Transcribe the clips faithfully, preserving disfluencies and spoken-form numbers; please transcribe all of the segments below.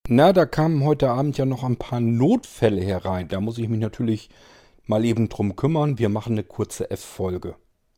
Na, da kamen heute Abend ja noch ein paar Notfälle herein. Da muss ich mich natürlich mal eben drum kümmern. Wir machen eine kurze F-Folge.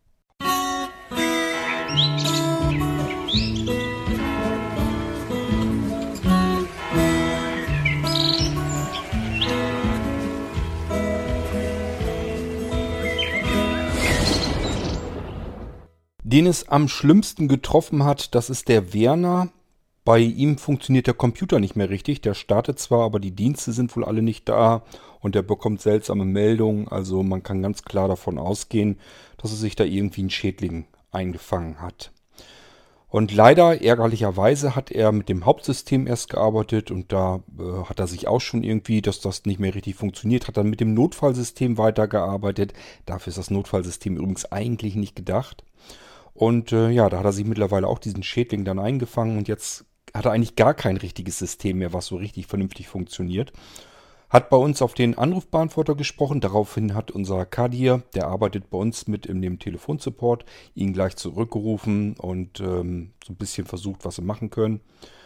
Den es am schlimmsten getroffen hat, das ist der Werner. Bei ihm funktioniert der Computer nicht mehr richtig. Der startet zwar, aber die Dienste sind wohl alle nicht da und der bekommt seltsame Meldungen. Also man kann ganz klar davon ausgehen, dass es sich da irgendwie ein Schädling eingefangen hat. Und leider, ärgerlicherweise, hat er mit dem Hauptsystem erst gearbeitet und da äh, hat er sich auch schon irgendwie, dass das nicht mehr richtig funktioniert, hat dann mit dem Notfallsystem weitergearbeitet. Dafür ist das Notfallsystem übrigens eigentlich nicht gedacht. Und äh, ja, da hat er sich mittlerweile auch diesen Schädling dann eingefangen und jetzt hat er eigentlich gar kein richtiges System mehr, was so richtig vernünftig funktioniert. Hat bei uns auf den Anrufbeantworter gesprochen, daraufhin hat unser Kadir, der arbeitet bei uns mit in dem Telefonsupport, ihn gleich zurückgerufen und ähm, so ein bisschen versucht, was sie machen können.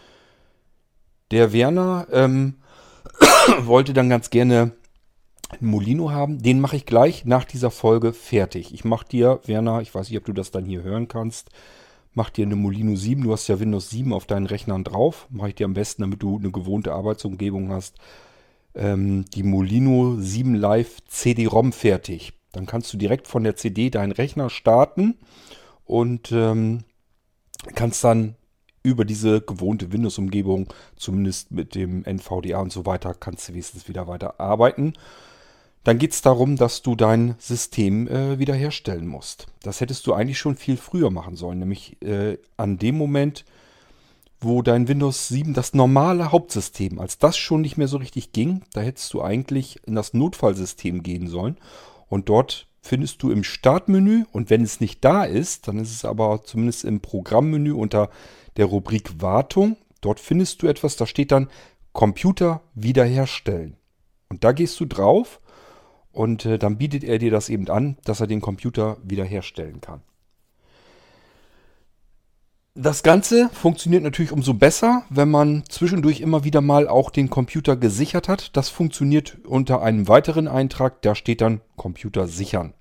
Der Werner ähm, wollte dann ganz gerne einen Molino haben. Den mache ich gleich nach dieser Folge fertig. Ich mache dir, Werner, ich weiß nicht, ob du das dann hier hören kannst, mach dir eine Molino sieben. Du hast ja Windows sieben auf deinen Rechnern drauf. Mache ich dir am besten, damit du eine gewohnte Arbeitsumgebung hast, ähm, die Molino sieben Live C D-ROM fertig. Dann kannst du direkt von der C D deinen Rechner starten und ähm, kannst dann über diese gewohnte Windows-Umgebung, zumindest mit dem N V D A und so weiter, kannst du wenigstens wieder weiter arbeiten. Dann geht es darum, dass du dein System äh, wiederherstellen musst. Das hättest du eigentlich schon viel früher machen sollen, nämlich äh, an dem Moment, wo dein Windows sieben, das normale Hauptsystem, als das schon nicht mehr so richtig ging, da hättest du eigentlich in das Notfallsystem gehen sollen. Und dort findest du im Startmenü, und wenn es nicht da ist, dann ist es aber zumindest im Programmmenü unter der Rubrik Wartung. Dort findest du etwas, da steht dann Computer wiederherstellen. Und da gehst du drauf. Und äh, dann bietet er dir das eben an, dass er den Computer wiederherstellen kann. Das Ganze funktioniert natürlich umso besser, wenn man zwischendurch immer wieder mal auch den Computer gesichert hat. Das funktioniert unter einem weiteren Eintrag, da steht dann Computer sichern.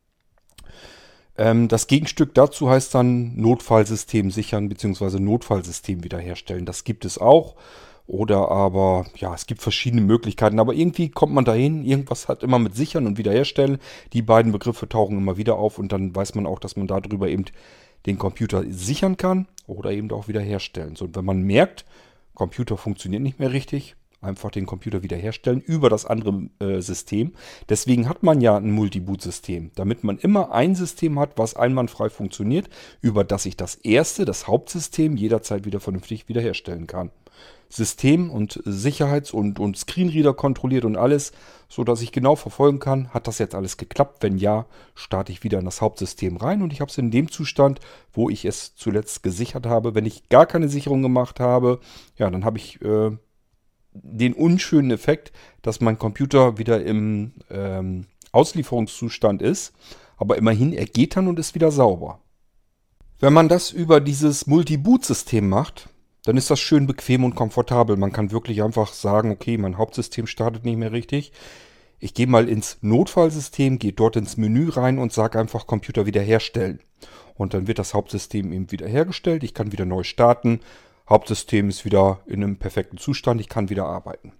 Ähm, das Gegenstück dazu heißt dann Notfallsystem sichern bzw. Notfallsystem wiederherstellen. Das gibt es auch. Oder aber, ja, es gibt verschiedene Möglichkeiten, aber irgendwie kommt man dahin, irgendwas hat immer mit sichern und wiederherstellen. Die beiden Begriffe tauchen immer wieder auf und dann weiß man auch, dass man darüber eben den Computer sichern kann oder eben auch wiederherstellen. So, und wenn man merkt, Computer funktioniert nicht mehr richtig, einfach den Computer wiederherstellen über das andere äh, System. Deswegen hat man ja ein Multiboot-System, damit man immer ein System hat, was einwandfrei funktioniert, über das ich das erste, das Hauptsystem, jederzeit wieder vernünftig wiederherstellen kann. System und Sicherheits- und, und Screenreader kontrolliert und alles, so dass ich genau verfolgen kann, hat das jetzt alles geklappt? Wenn ja, starte ich wieder in das Hauptsystem rein und ich habe es in dem Zustand, wo ich es zuletzt gesichert habe. Wenn ich gar keine Sicherung gemacht habe, ja, dann habe ich äh, den unschönen Effekt, dass mein Computer wieder im ähm, Auslieferungszustand ist, aber immerhin, er geht dann und ist wieder sauber. Wenn man das über dieses Multi-Boot-System macht, dann ist das schön bequem und komfortabel. Man kann wirklich einfach sagen, okay, mein Hauptsystem startet nicht mehr richtig. Ich gehe mal ins Notfallsystem, gehe dort ins Menü rein und sage einfach Computer wiederherstellen. Und dann wird das Hauptsystem eben wiederhergestellt. Ich kann wieder neu starten. Hauptsystem ist wieder in einem perfekten Zustand. Ich kann wieder arbeiten.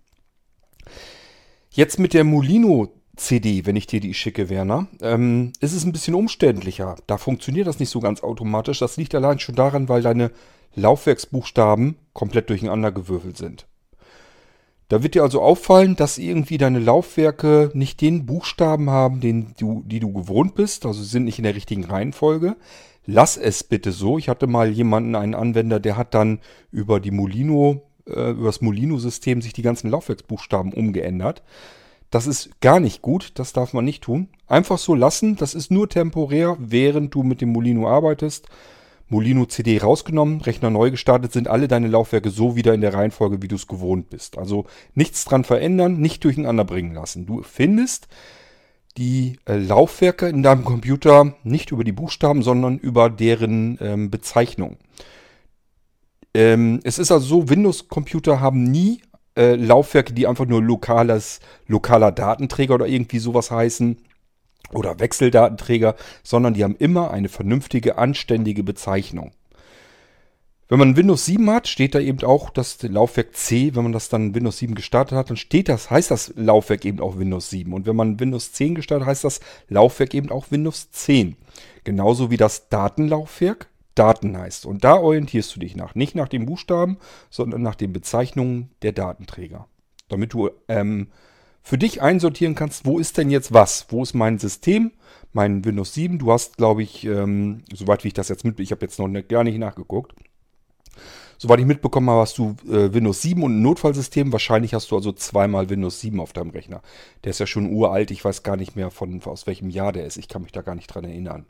Jetzt mit der Molino C D, wenn ich dir die schicke, Werner, ähm, ist es ein bisschen umständlicher. Da funktioniert das nicht so ganz automatisch. Das liegt allein schon daran, weil deine Laufwerksbuchstaben komplett durcheinandergewürfelt sind. Da wird dir also auffallen, dass irgendwie deine Laufwerke nicht den Buchstaben haben, den du, die du gewohnt bist, also sie sind nicht in der richtigen Reihenfolge. Lass es bitte so. Ich hatte mal jemanden, einen Anwender, der hat dann über die Molino, äh, über das Molino-System sich die ganzen Laufwerksbuchstaben umgeändert. Das ist gar nicht gut, das darf man nicht tun. Einfach so lassen, das ist nur temporär, während du mit dem Molino arbeitest. Molino C D rausgenommen, Rechner neu gestartet, sind alle deine Laufwerke so wieder in der Reihenfolge, wie du es gewohnt bist. Also nichts dran verändern, nicht durcheinander bringen lassen. Du findest die äh, Laufwerke in deinem Computer nicht über die Buchstaben, sondern über deren ähm, Bezeichnung. Ähm, es ist also so, Windows-Computer haben nie äh, Laufwerke, die einfach nur lokales, lokaler Datenträger oder irgendwie sowas heißen oder Wechseldatenträger, sondern die haben immer eine vernünftige, anständige Bezeichnung. Wenn man Windows sieben hat, steht da eben auch das Laufwerk C. Wenn man das dann Windows sieben gestartet hat, dann steht das, heißt das Laufwerk eben auch Windows sieben. Und wenn man Windows zehn gestartet hat, heißt das Laufwerk eben auch Windows zehn. Genauso wie das Datenlaufwerk Daten heißt. Und da orientierst du dich nach. Nicht nach den Buchstaben, sondern nach den Bezeichnungen der Datenträger. Damit du ähm, für dich einsortieren kannst, wo ist denn jetzt was? Wo ist mein System? Mein Windows sieben. Du hast, glaube ich, ähm, soweit wie ich das jetzt mit, ich habe jetzt noch ne, gar nicht nachgeguckt. Soweit ich mitbekommen habe, hast du äh, Windows sieben und ein Notfallsystem. Wahrscheinlich hast du also zweimal Windows sieben auf deinem Rechner. Der ist ja schon uralt. Ich weiß gar nicht mehr, von, aus welchem Jahr der ist. Ich kann mich da gar nicht dran erinnern.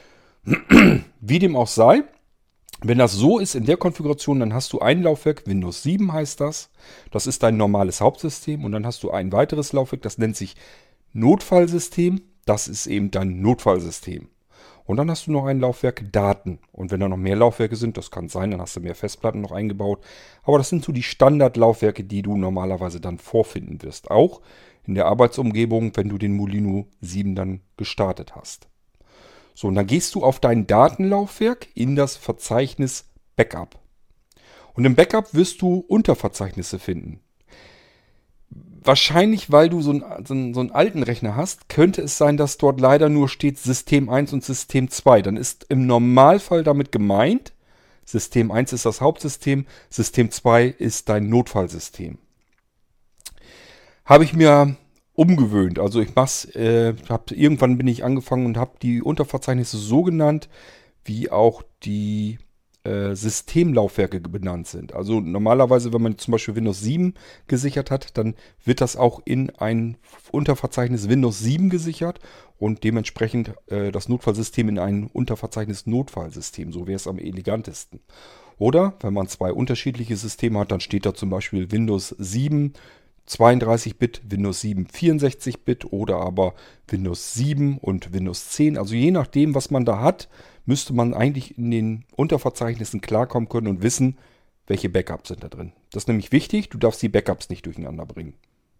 Wie dem auch sei, wenn das so ist in der Konfiguration, dann hast du ein Laufwerk, Windows sieben heißt das. Das ist dein normales Hauptsystem. Und dann hast du ein weiteres Laufwerk, das nennt sich Notfallsystem. Das ist eben dein Notfallsystem. Und dann hast du noch ein Laufwerk Daten. Und wenn da noch mehr Laufwerke sind, das kann sein, dann hast du mehr Festplatten noch eingebaut. Aber das sind so die Standardlaufwerke, die du normalerweise dann vorfinden wirst. Auch in der Arbeitsumgebung, wenn du den Molino sieben dann gestartet hast. So, und dann gehst du auf dein Datenlaufwerk in das Verzeichnis Backup. Und im Backup wirst du Unterverzeichnisse finden. Wahrscheinlich, weil du so einen, so, einen, so einen alten Rechner hast, könnte es sein, dass dort leider nur steht System eins und System zwei. Dann ist im Normalfall damit gemeint, System eins ist das Hauptsystem, System zwei ist dein Notfallsystem. Habe ich mir umgewöhnt. Also ich mach's, äh, hab, irgendwann bin ich angefangen und habe die Unterverzeichnisse so genannt, wie auch die äh, Systemlaufwerke benannt sind. Also normalerweise, wenn man zum Beispiel Windows sieben gesichert hat, dann wird das auch in ein Unterverzeichnis Windows sieben gesichert und dementsprechend äh, das Notfallsystem in ein Unterverzeichnis Notfallsystem. So wäre es am elegantesten. Oder wenn man zwei unterschiedliche Systeme hat, dann steht da zum Beispiel Windows sieben zweiunddreißig Bit, Windows sieben vierundsechzig Bit oder aber Windows sieben und Windows zehn. Also je nachdem, was man da hat, müsste man eigentlich in den Unterverzeichnissen klarkommen können und wissen, welche Backups sind da drin. Das ist nämlich wichtig, du darfst die Backups nicht durcheinander bringen.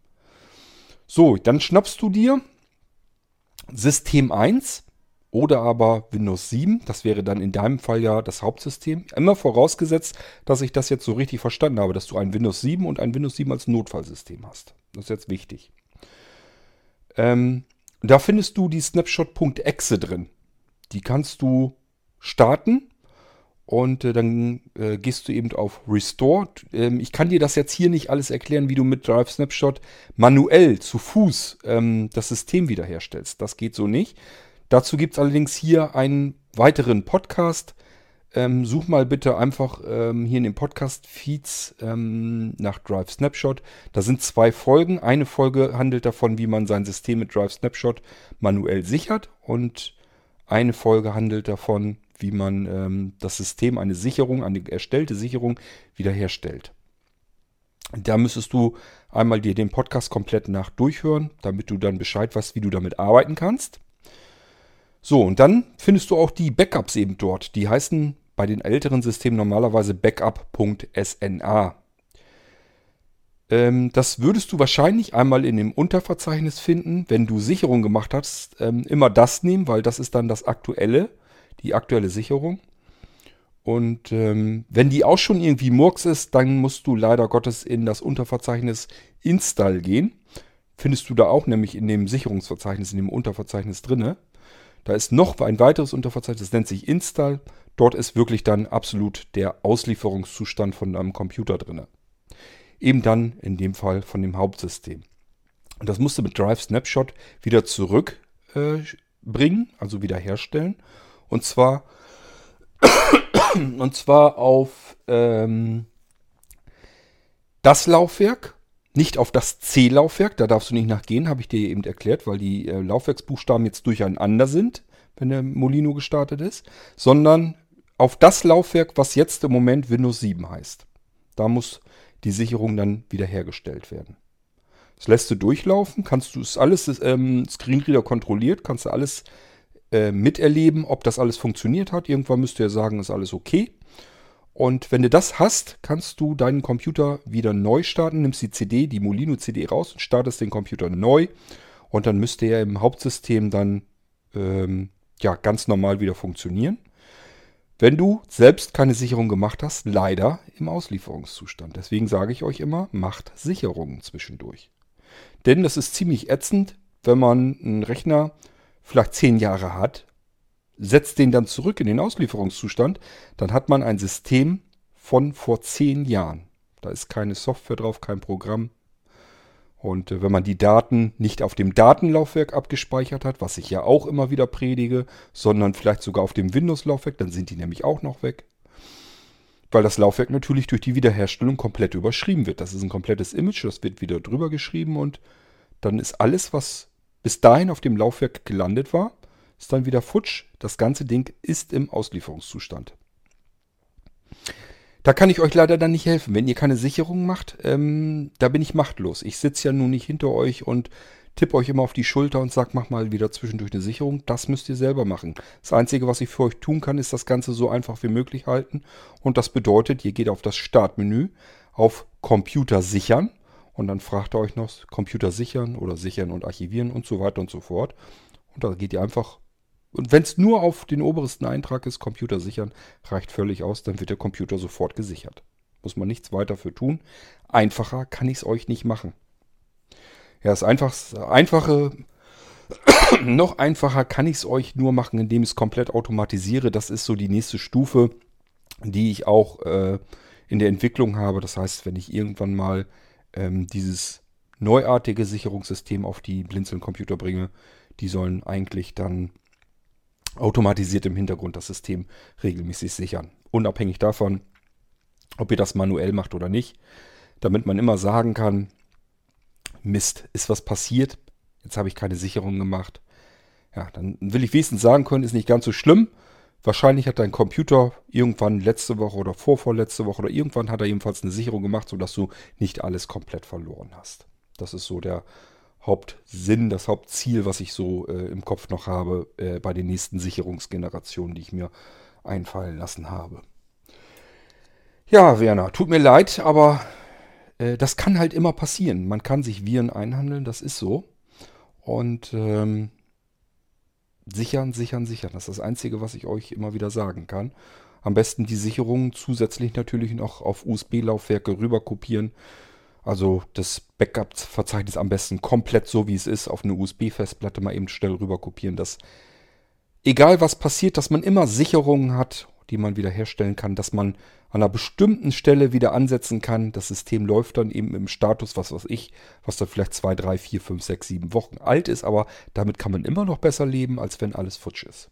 So, dann schnappst du dir System eins oder aber Windows sieben. Das wäre dann in deinem Fall ja das Hauptsystem. Immer vorausgesetzt, dass ich das jetzt so richtig verstanden habe, dass du ein Windows sieben und ein Windows sieben als Notfallsystem hast. Das ist jetzt wichtig. Ähm, da findest du die Snapshot.exe drin. Die kannst du starten und äh, dann äh, gehst du eben auf Restore. Ähm, ich kann dir das jetzt hier nicht alles erklären, wie du mit Drive Snapshot manuell zu Fuß ähm, das System wiederherstellst. Das geht so nicht. Dazu gibt es allerdings hier einen weiteren Podcast. Ähm, such mal bitte einfach ähm, hier in den Podcast-Feeds ähm, nach Drive Snapshot. Da sind zwei Folgen. Eine Folge handelt davon, wie man sein System mit Drive Snapshot manuell sichert. Und eine Folge handelt davon, wie man ähm, das System, eine Sicherung, eine erstellte Sicherung wiederherstellt. Da müsstest du einmal dir den Podcast komplett nach durchhören, damit du dann Bescheid weißt, wie du damit arbeiten kannst. So, und dann findest du auch die Backups eben dort. Die heißen bei den älteren Systemen normalerweise backup.sna. Ähm, das würdest du wahrscheinlich einmal in dem Unterverzeichnis finden, wenn du Sicherung gemacht hast. Ähm, immer das nehmen, weil das ist dann das aktuelle, die aktuelle Sicherung. Und ähm, wenn die auch schon irgendwie Murks ist, dann musst du leider Gottes in das Unterverzeichnis Install gehen. Findest du da auch nämlich in dem Sicherungsverzeichnis, in dem Unterverzeichnis drinne. Da ist noch ein weiteres Unterverzeichnis, das nennt sich Install. Dort ist wirklich dann absolut der Auslieferungszustand von deinem Computer drin. Eben dann in dem Fall von dem Hauptsystem. Und das musst du mit Drive Snapshot wieder zurückbringen, äh, also wieder herstellen. Und zwar, und zwar auf ähm, das Laufwerk. Nicht auf das C-Laufwerk, da darfst du nicht nachgehen, habe ich dir eben erklärt, weil die äh, Laufwerksbuchstaben jetzt durcheinander sind, wenn der Molino gestartet ist, sondern auf das Laufwerk, was jetzt im Moment Windows sieben heißt. Da muss die Sicherung dann wiederhergestellt werden. Das lässt du durchlaufen, kannst du es alles, ähm, Screenreader kontrolliert, kannst du alles äh, miterleben, ob das alles funktioniert hat. Irgendwann müsst ihr ja sagen, ist alles okay. Und wenn du das hast, kannst du deinen Computer wieder neu starten, nimmst die C D, die Molino C D raus und startest den Computer neu. Und dann müsste er im Hauptsystem dann ähm, ja, ganz normal wieder funktionieren. Wenn du selbst keine Sicherung gemacht hast, leider im Auslieferungszustand. Deswegen sage ich euch immer, macht Sicherungen zwischendurch. Denn das ist ziemlich ätzend, wenn man einen Rechner vielleicht zehn Jahre hat, setzt den dann zurück in den Auslieferungszustand, dann hat man ein System von vor zehn Jahren. Da ist keine Software drauf, kein Programm. Und äh, wenn man die Daten nicht auf dem Datenlaufwerk abgespeichert hat, was ich ja auch immer wieder predige, sondern vielleicht sogar auf dem Windows-Laufwerk, dann sind die nämlich auch noch weg. Weil das Laufwerk natürlich durch die Wiederherstellung komplett überschrieben wird. Das ist ein komplettes Image, das wird wieder drüber geschrieben und dann ist alles, was bis dahin auf dem Laufwerk gelandet war, ist dann wieder futsch. Das ganze Ding ist im Auslieferungszustand. Da kann ich euch leider dann nicht helfen. Wenn ihr keine Sicherung macht, ähm, da bin ich machtlos. Ich sitze ja nun nicht hinter euch und tippe euch immer auf die Schulter und sage, mach mal wieder zwischendurch eine Sicherung. Das müsst ihr selber machen. Das Einzige, was ich für euch tun kann, ist das Ganze so einfach wie möglich halten. Und das bedeutet, ihr geht auf das Startmenü, auf Computer sichern. Und dann fragt ihr euch noch Computer sichern oder sichern und archivieren und so weiter und so fort. Und da geht ihr einfach. Und wenn es nur auf den obersten Eintrag ist, Computer sichern, reicht völlig aus, dann wird der Computer sofort gesichert. Muss man nichts weiter für tun. Einfacher kann ich es euch nicht machen. Ja, das einfachste, einfache, noch einfacher kann ich es euch nur machen, indem ich es komplett automatisiere. Das ist so die nächste Stufe, die ich auch äh, in der Entwicklung habe. Das heißt, wenn ich irgendwann mal ähm, dieses neuartige Sicherungssystem auf die Blinzeln-Computer bringe, die sollen eigentlich dann automatisiert im Hintergrund das System regelmäßig sichern. Unabhängig davon, ob ihr das manuell macht oder nicht. Damit man immer sagen kann, Mist, ist was passiert? Jetzt habe ich keine Sicherung gemacht. Ja, dann will ich wenigstens sagen können, ist nicht ganz so schlimm. Wahrscheinlich hat dein Computer irgendwann letzte Woche oder vorvorletzte Woche oder irgendwann hat er jedenfalls eine Sicherung gemacht, sodass du nicht alles komplett verloren hast. Das ist so der Hauptsinn, das Hauptziel, was ich so äh, im Kopf noch habe äh, bei den nächsten Sicherungsgenerationen, die ich mir einfallen lassen habe. Ja, Werner, tut mir leid, aber äh, das kann halt immer passieren. Man kann sich Viren einhandeln, das ist so. Und ähm, sichern, sichern, sichern. Das ist das Einzige, was ich euch immer wieder sagen kann. Am besten die Sicherungen zusätzlich natürlich noch auf U S B-Laufwerke rüber kopieren. Also das Backup-Verzeichnis am besten komplett so, wie es ist, auf eine U S B-Festplatte mal eben schnell rüber kopieren. Dass egal was passiert, dass man immer Sicherungen hat, die man wieder herstellen kann, dass man an einer bestimmten Stelle wieder ansetzen kann. Das System läuft dann eben im Status, was weiß ich, was dann vielleicht zwei, drei, vier, fünf, sechs, sieben Wochen alt ist. Aber damit kann man immer noch besser leben, als wenn alles futsch ist.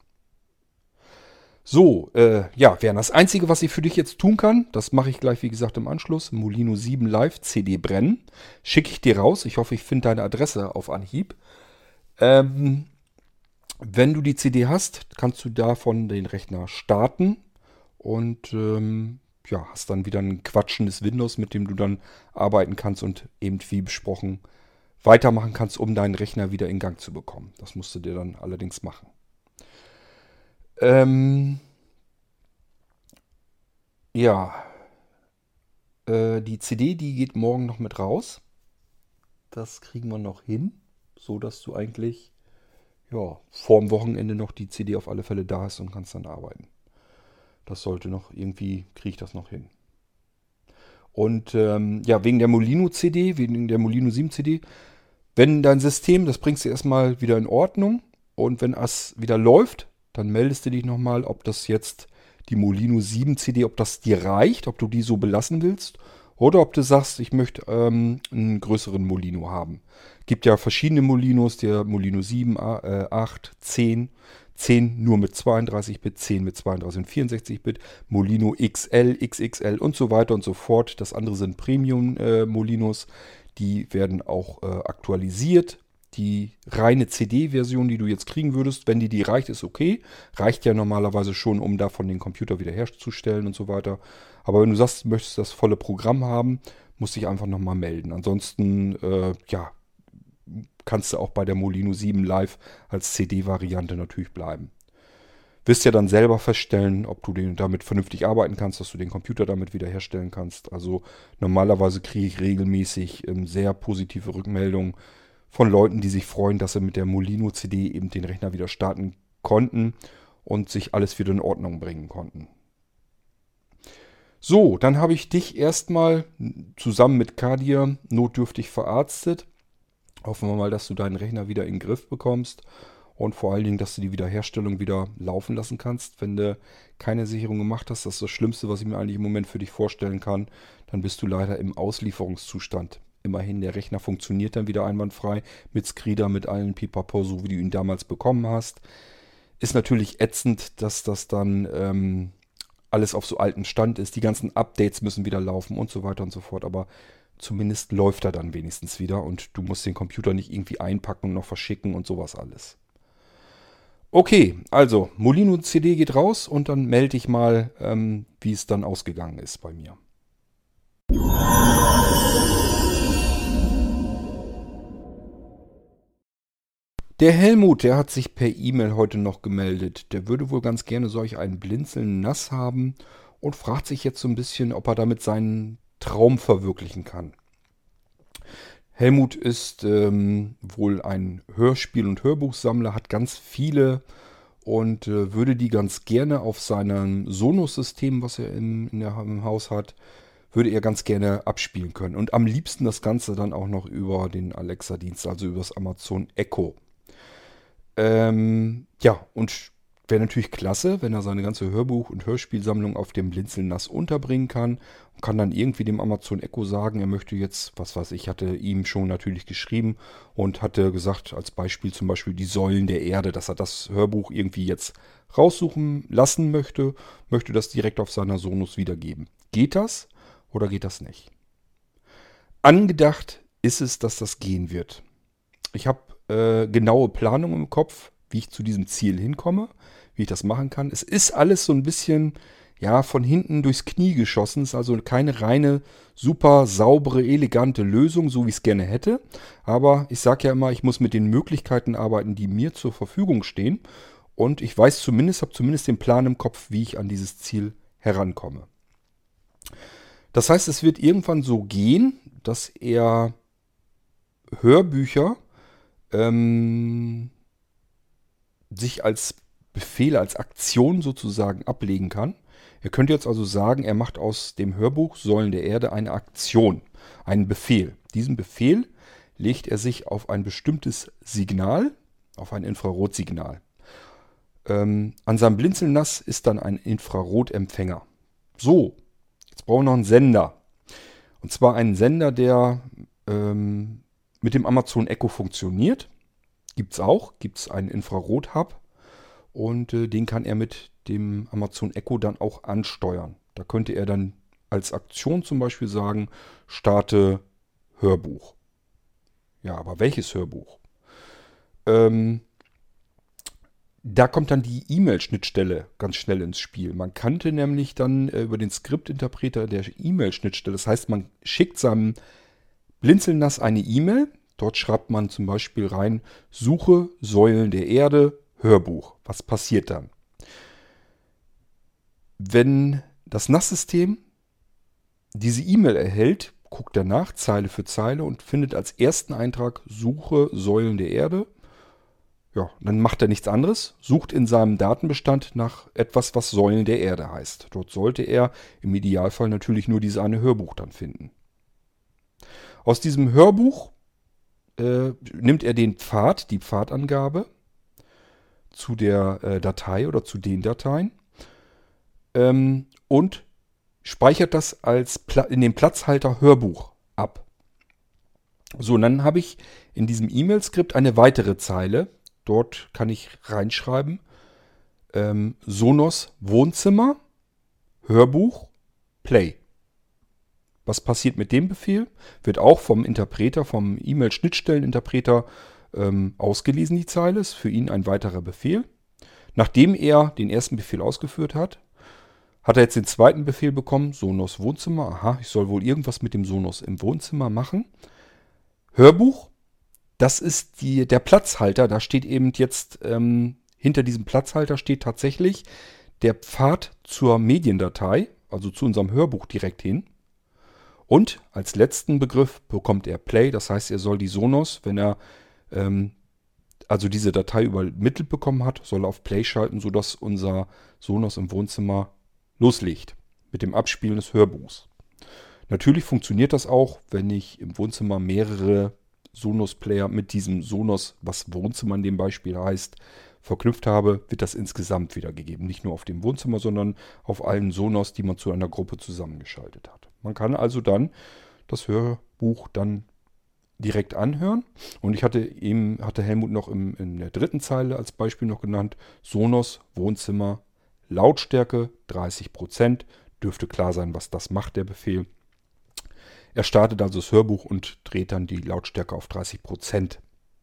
So, äh, ja, Werner, das Einzige, was ich für dich jetzt tun kann, das mache ich gleich, wie gesagt, im Anschluss, Molino sieben Live C D brennen. Schicke ich dir raus. Ich hoffe, ich finde deine Adresse auf Anhieb. Ähm, wenn du die C D hast, kannst du davon den Rechner starten und ähm, ja, hast dann wieder ein quatschendes Windows, mit dem du dann arbeiten kannst und eben wie besprochen weitermachen kannst, um deinen Rechner wieder in Gang zu bekommen. Das musst du dir dann allerdings machen. Ähm, ja, äh, die C D, die geht morgen noch mit raus. Das kriegen wir noch hin, so dass du eigentlich ja, vorm Wochenende noch die C D auf alle Fälle da hast und kannst dann arbeiten. Das sollte noch, irgendwie kriege ich das noch hin. Und ähm, ja, wegen der Molino C D, wegen der Molino sieben C D, wenn dein System, das bringst du erstmal wieder in Ordnung und wenn es wieder läuft, dann meldest du dich nochmal, ob das jetzt die Molino sieben C D, ob das dir reicht, ob du die so belassen willst oder ob du sagst, ich möchte ähm, einen größeren Molino haben. Gibt ja verschiedene Molinos, der Molino sieben, äh, acht, zehn, zehn nur mit zweiunddreißig Bit, zehn mit zweiunddreißig und vierundsechzig Bit, Molino X L, X X L und so weiter und so fort. Das andere sind Premium-Molinos, äh, die werden auch äh, aktualisiert. Die reine C D-Version, die du jetzt kriegen würdest, wenn die die reicht, ist okay. Reicht ja normalerweise schon, um davon den Computer wieder herzustellen und so weiter. Aber wenn du sagst, du möchtest das volle Programm haben, musst du dich einfach nochmal melden. Ansonsten, äh, ja, kannst du auch bei der Molino sieben Live als C D-Variante natürlich bleiben. Wirst ja dann selber feststellen, ob du den damit vernünftig arbeiten kannst, dass du den Computer damit wiederherstellen kannst. Also normalerweise kriege ich regelmäßig ähm, sehr positive Rückmeldungen von Leuten, die sich freuen, dass sie mit der Molino C D eben den Rechner wieder starten konnten und sich alles wieder in Ordnung bringen konnten. So, dann habe ich dich erstmal zusammen mit Kadir notdürftig verarztet. Hoffen wir mal, dass du deinen Rechner wieder in den Griff bekommst. Und vor allen Dingen, dass du die Wiederherstellung wieder laufen lassen kannst. Wenn du keine Sicherung gemacht hast, das ist das Schlimmste, was ich mir eigentlich im Moment für dich vorstellen kann, dann bist du leider im Auslieferungszustand. Immerhin, der Rechner funktioniert dann wieder einwandfrei mit Skrida, mit allen Pipapo, so wie du ihn damals bekommen hast. Ist natürlich ätzend, dass das dann ähm, alles auf so alten Stand ist. Die ganzen Updates müssen wieder laufen und so weiter und so fort. Aber zumindest läuft er dann wenigstens wieder und du musst den Computer nicht irgendwie einpacken und noch verschicken und sowas alles. Okay, also Molino C D geht raus und dann melde ich mal, ähm, wie es dann ausgegangen ist bei mir. Der Helmut, der hat sich per E-Mail heute noch gemeldet. Der würde wohl ganz gerne solch ein Blinzeln nass haben und fragt sich jetzt so ein bisschen, ob er damit seinen Traum verwirklichen kann. Helmut ist ähm, wohl ein Hörspiel- und Hörbuchsammler, hat ganz viele und äh, würde die ganz gerne auf seinem Sonos-System, was er im, in der, im Haus hat, würde er ganz gerne abspielen können. Und am liebsten das Ganze dann auch noch über den Alexa-Dienst, also über das Amazon Echo. Ähm, ja, und wäre natürlich klasse, wenn er seine ganze Hörbuch- und Hörspielsammlung auf dem Blinzeln nass unterbringen kann und kann dann irgendwie dem Amazon Echo sagen, er möchte jetzt, was weiß ich, hatte ihm schon natürlich geschrieben und hatte gesagt, als Beispiel zum Beispiel die Säulen der Erde, dass er das Hörbuch irgendwie jetzt raussuchen lassen möchte, möchte das direkt auf seiner Sonos wiedergeben. Geht das oder geht das nicht? Angedacht ist es, dass das gehen wird. Ich habe äh, genaue Planung im Kopf, wie ich zu diesem Ziel hinkomme, wie ich das machen kann. Es ist alles so ein bisschen, ja, von hinten durchs Knie geschossen. Es ist also keine reine, super saubere, elegante Lösung, so wie ich es gerne hätte. Aber ich sage ja immer, ich muss mit den Möglichkeiten arbeiten, die mir zur Verfügung stehen. Und ich weiß zumindest, habe zumindest den Plan im Kopf, wie ich an dieses Ziel herankomme. Das heißt, es wird irgendwann so gehen, dass er Hörbücher ähm, sich als Befehl, als Aktion sozusagen ablegen kann. Er könnte jetzt also sagen, er macht aus dem Hörbuch Säulen der Erde eine Aktion, einen Befehl. Diesen Befehl legt er sich auf ein bestimmtes Signal, auf ein Infrarotsignal. Ähm, an seinem Blinzeln-Nass ist dann ein Infrarotempfänger. So, jetzt brauchen wir noch einen Sender. Und zwar einen Sender, der ähm, mit dem Amazon Echo funktioniert. Gibt es auch, gibt es einen Infrarot-Hub und äh, den kann er mit dem Amazon Echo dann auch ansteuern. Da könnte er dann als Aktion zum Beispiel sagen, starte Hörbuch. Ja, aber welches Hörbuch? Ähm, da kommt dann die E-Mail-Schnittstelle ganz schnell ins Spiel. Man kannte nämlich dann äh, über den Skriptinterpreter der E-Mail-Schnittstelle, das heißt, man schickt seinem Blinzeln-Nass eine E-Mail. Dort schreibt man zum Beispiel rein, suche Säulen der Erde, Hörbuch. Was passiert dann? Wenn das Nass-System diese E-Mail erhält, guckt er nach, Zeile für Zeile und findet als ersten Eintrag, suche Säulen der Erde. Ja, dann macht er nichts anderes, sucht in seinem Datenbestand nach etwas, was Säulen der Erde heißt. Dort sollte er im Idealfall natürlich nur dieses eine Hörbuch dann finden. Aus diesem Hörbuch äh, nimmt er den Pfad, die Pfadangabe zu der äh, Datei oder zu den Dateien ähm, und speichert das als Pla- in dem Platzhalter Hörbuch ab. So, und dann habe ich in diesem E-Mail-Skript eine weitere Zeile. Dort kann ich reinschreiben, ähm, Sonos Wohnzimmer, Hörbuch, Play. Was passiert mit dem Befehl? Wird auch vom Interpreter, vom E-Mail-Schnittstelleninterpreter ähm, ausgelesen, die Zeile. Ist für ihn ein weiterer Befehl. Nachdem er den ersten Befehl ausgeführt hat, hat er jetzt den zweiten Befehl bekommen, Sonos Wohnzimmer. Aha, ich soll wohl irgendwas mit dem Sonos im Wohnzimmer machen. Hörbuch, das ist die, der Platzhalter. Da steht eben jetzt ähm, hinter diesem Platzhalter steht tatsächlich der Pfad zur Mediendatei, also zu unserem Hörbuch direkt hin. Und als letzten Begriff bekommt er Play, das heißt, er soll die Sonos, wenn er ähm, also diese Datei übermittelt bekommen hat, soll er auf Play schalten, sodass unser Sonos im Wohnzimmer loslegt mit dem Abspielen des Hörbuchs. Natürlich funktioniert das auch, wenn ich im Wohnzimmer mehrere Sonos-Player mit diesem Sonos, was Wohnzimmer in dem Beispiel heißt, verknüpft habe, wird das insgesamt wiedergegeben. Nicht nur auf dem Wohnzimmer, sondern auf allen Sonos, die man zu einer Gruppe zusammengeschaltet hat. Man kann also dann das Hörbuch dann direkt anhören. Und ich hatte eben, hatte Helmut noch im, in der dritten Zeile als Beispiel noch genannt, Sonos, Wohnzimmer, Lautstärke dreißig Prozent. Dürfte klar sein, was das macht, der Befehl. Er startet also das Hörbuch und dreht dann die Lautstärke auf dreißig Prozent.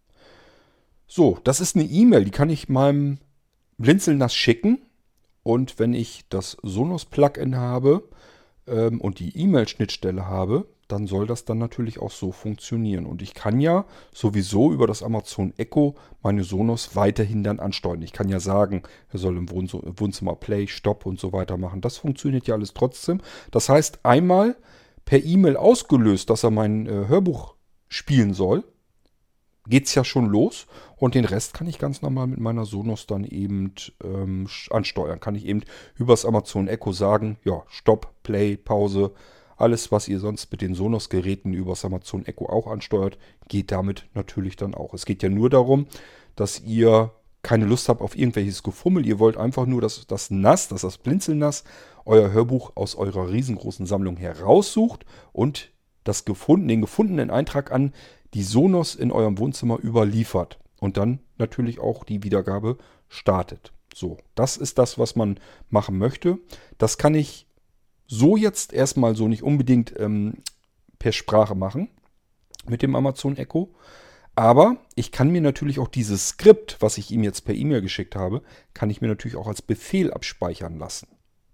So, das ist eine E-Mail, die kann ich meinem Blinzelnass schicken. Und wenn ich das Sonos-Plugin habe ähm, und die E-Mail-Schnittstelle habe, dann soll das dann natürlich auch so funktionieren. Und ich kann ja sowieso über das Amazon Echo meine Sonos weiterhin dann ansteuern. Ich kann ja sagen, er soll im Wohn- Wohnzimmer Play, Stopp und so weiter machen. Das funktioniert ja alles trotzdem. Das heißt, einmal per E-Mail ausgelöst, dass er mein äh, Hörbuch spielen soll, geht es ja schon los. Und den Rest kann ich ganz normal mit meiner Sonos dann eben ähm, ansteuern. Kann ich eben über das Amazon Echo sagen, ja, Stopp, Play, Pause. Alles, was ihr sonst mit den Sonos-Geräten über das Amazon Echo auch ansteuert, geht damit natürlich dann auch. Es geht ja nur darum, dass ihr keine Lust habt auf irgendwelches Gefummel. Ihr wollt einfach nur, dass das Nass, dass das Blinzelnass euer Hörbuch aus eurer riesengroßen Sammlung heraussucht und das gefunden, den gefundenen Eintrag an die Sonos in eurem Wohnzimmer überliefert. Und dann natürlich auch die Wiedergabe startet. So, das ist das, was man machen möchte. Das kann ich so jetzt erstmal so nicht unbedingt ähm, per Sprache machen mit dem Amazon Echo. Aber ich kann mir natürlich auch dieses Skript, was ich ihm jetzt per E-Mail geschickt habe, kann ich mir natürlich auch als Befehl abspeichern lassen.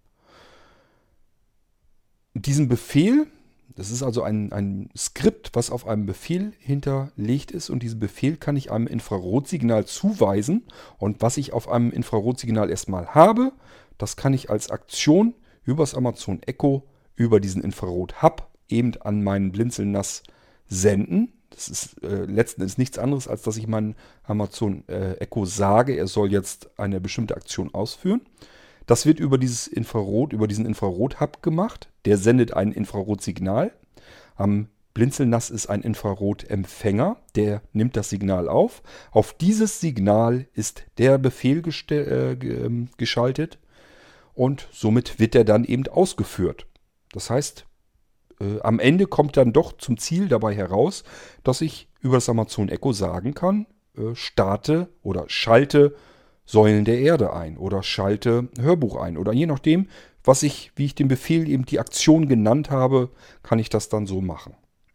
Diesen Befehl, das ist also ein, ein Skript, was auf einem Befehl hinterlegt ist. Und diesen Befehl kann ich einem Infrarotsignal zuweisen. Und was ich auf einem Infrarotsignal erstmal habe, das kann ich als Aktion über das Amazon Echo, über diesen Infrarot-Hub eben an meinen Blinzelnass senden. Das ist äh, letzten Endes nichts anderes, als dass ich meinem Amazon äh, Echo sage, er soll jetzt eine bestimmte Aktion ausführen. Das wird über dieses Infrarot, über diesen Infrarot-Hub gemacht. Der sendet ein Infrarotsignal. Am Blinzelnass ist ein Infrarotempfänger, der nimmt das Signal auf. Auf dieses Signal ist der Befehl geste- äh, geschaltet. Und somit wird er dann eben ausgeführt. Das heißt, äh, am Ende kommt dann doch zum Ziel dabei heraus, dass ich über das Amazon Echo sagen kann, äh, starte oder schalte Säulen der Erde ein oder schalte Hörbuch ein. Oder je nachdem, was ich, wie ich den Befehl eben die Aktion genannt habe, kann ich das dann so machen.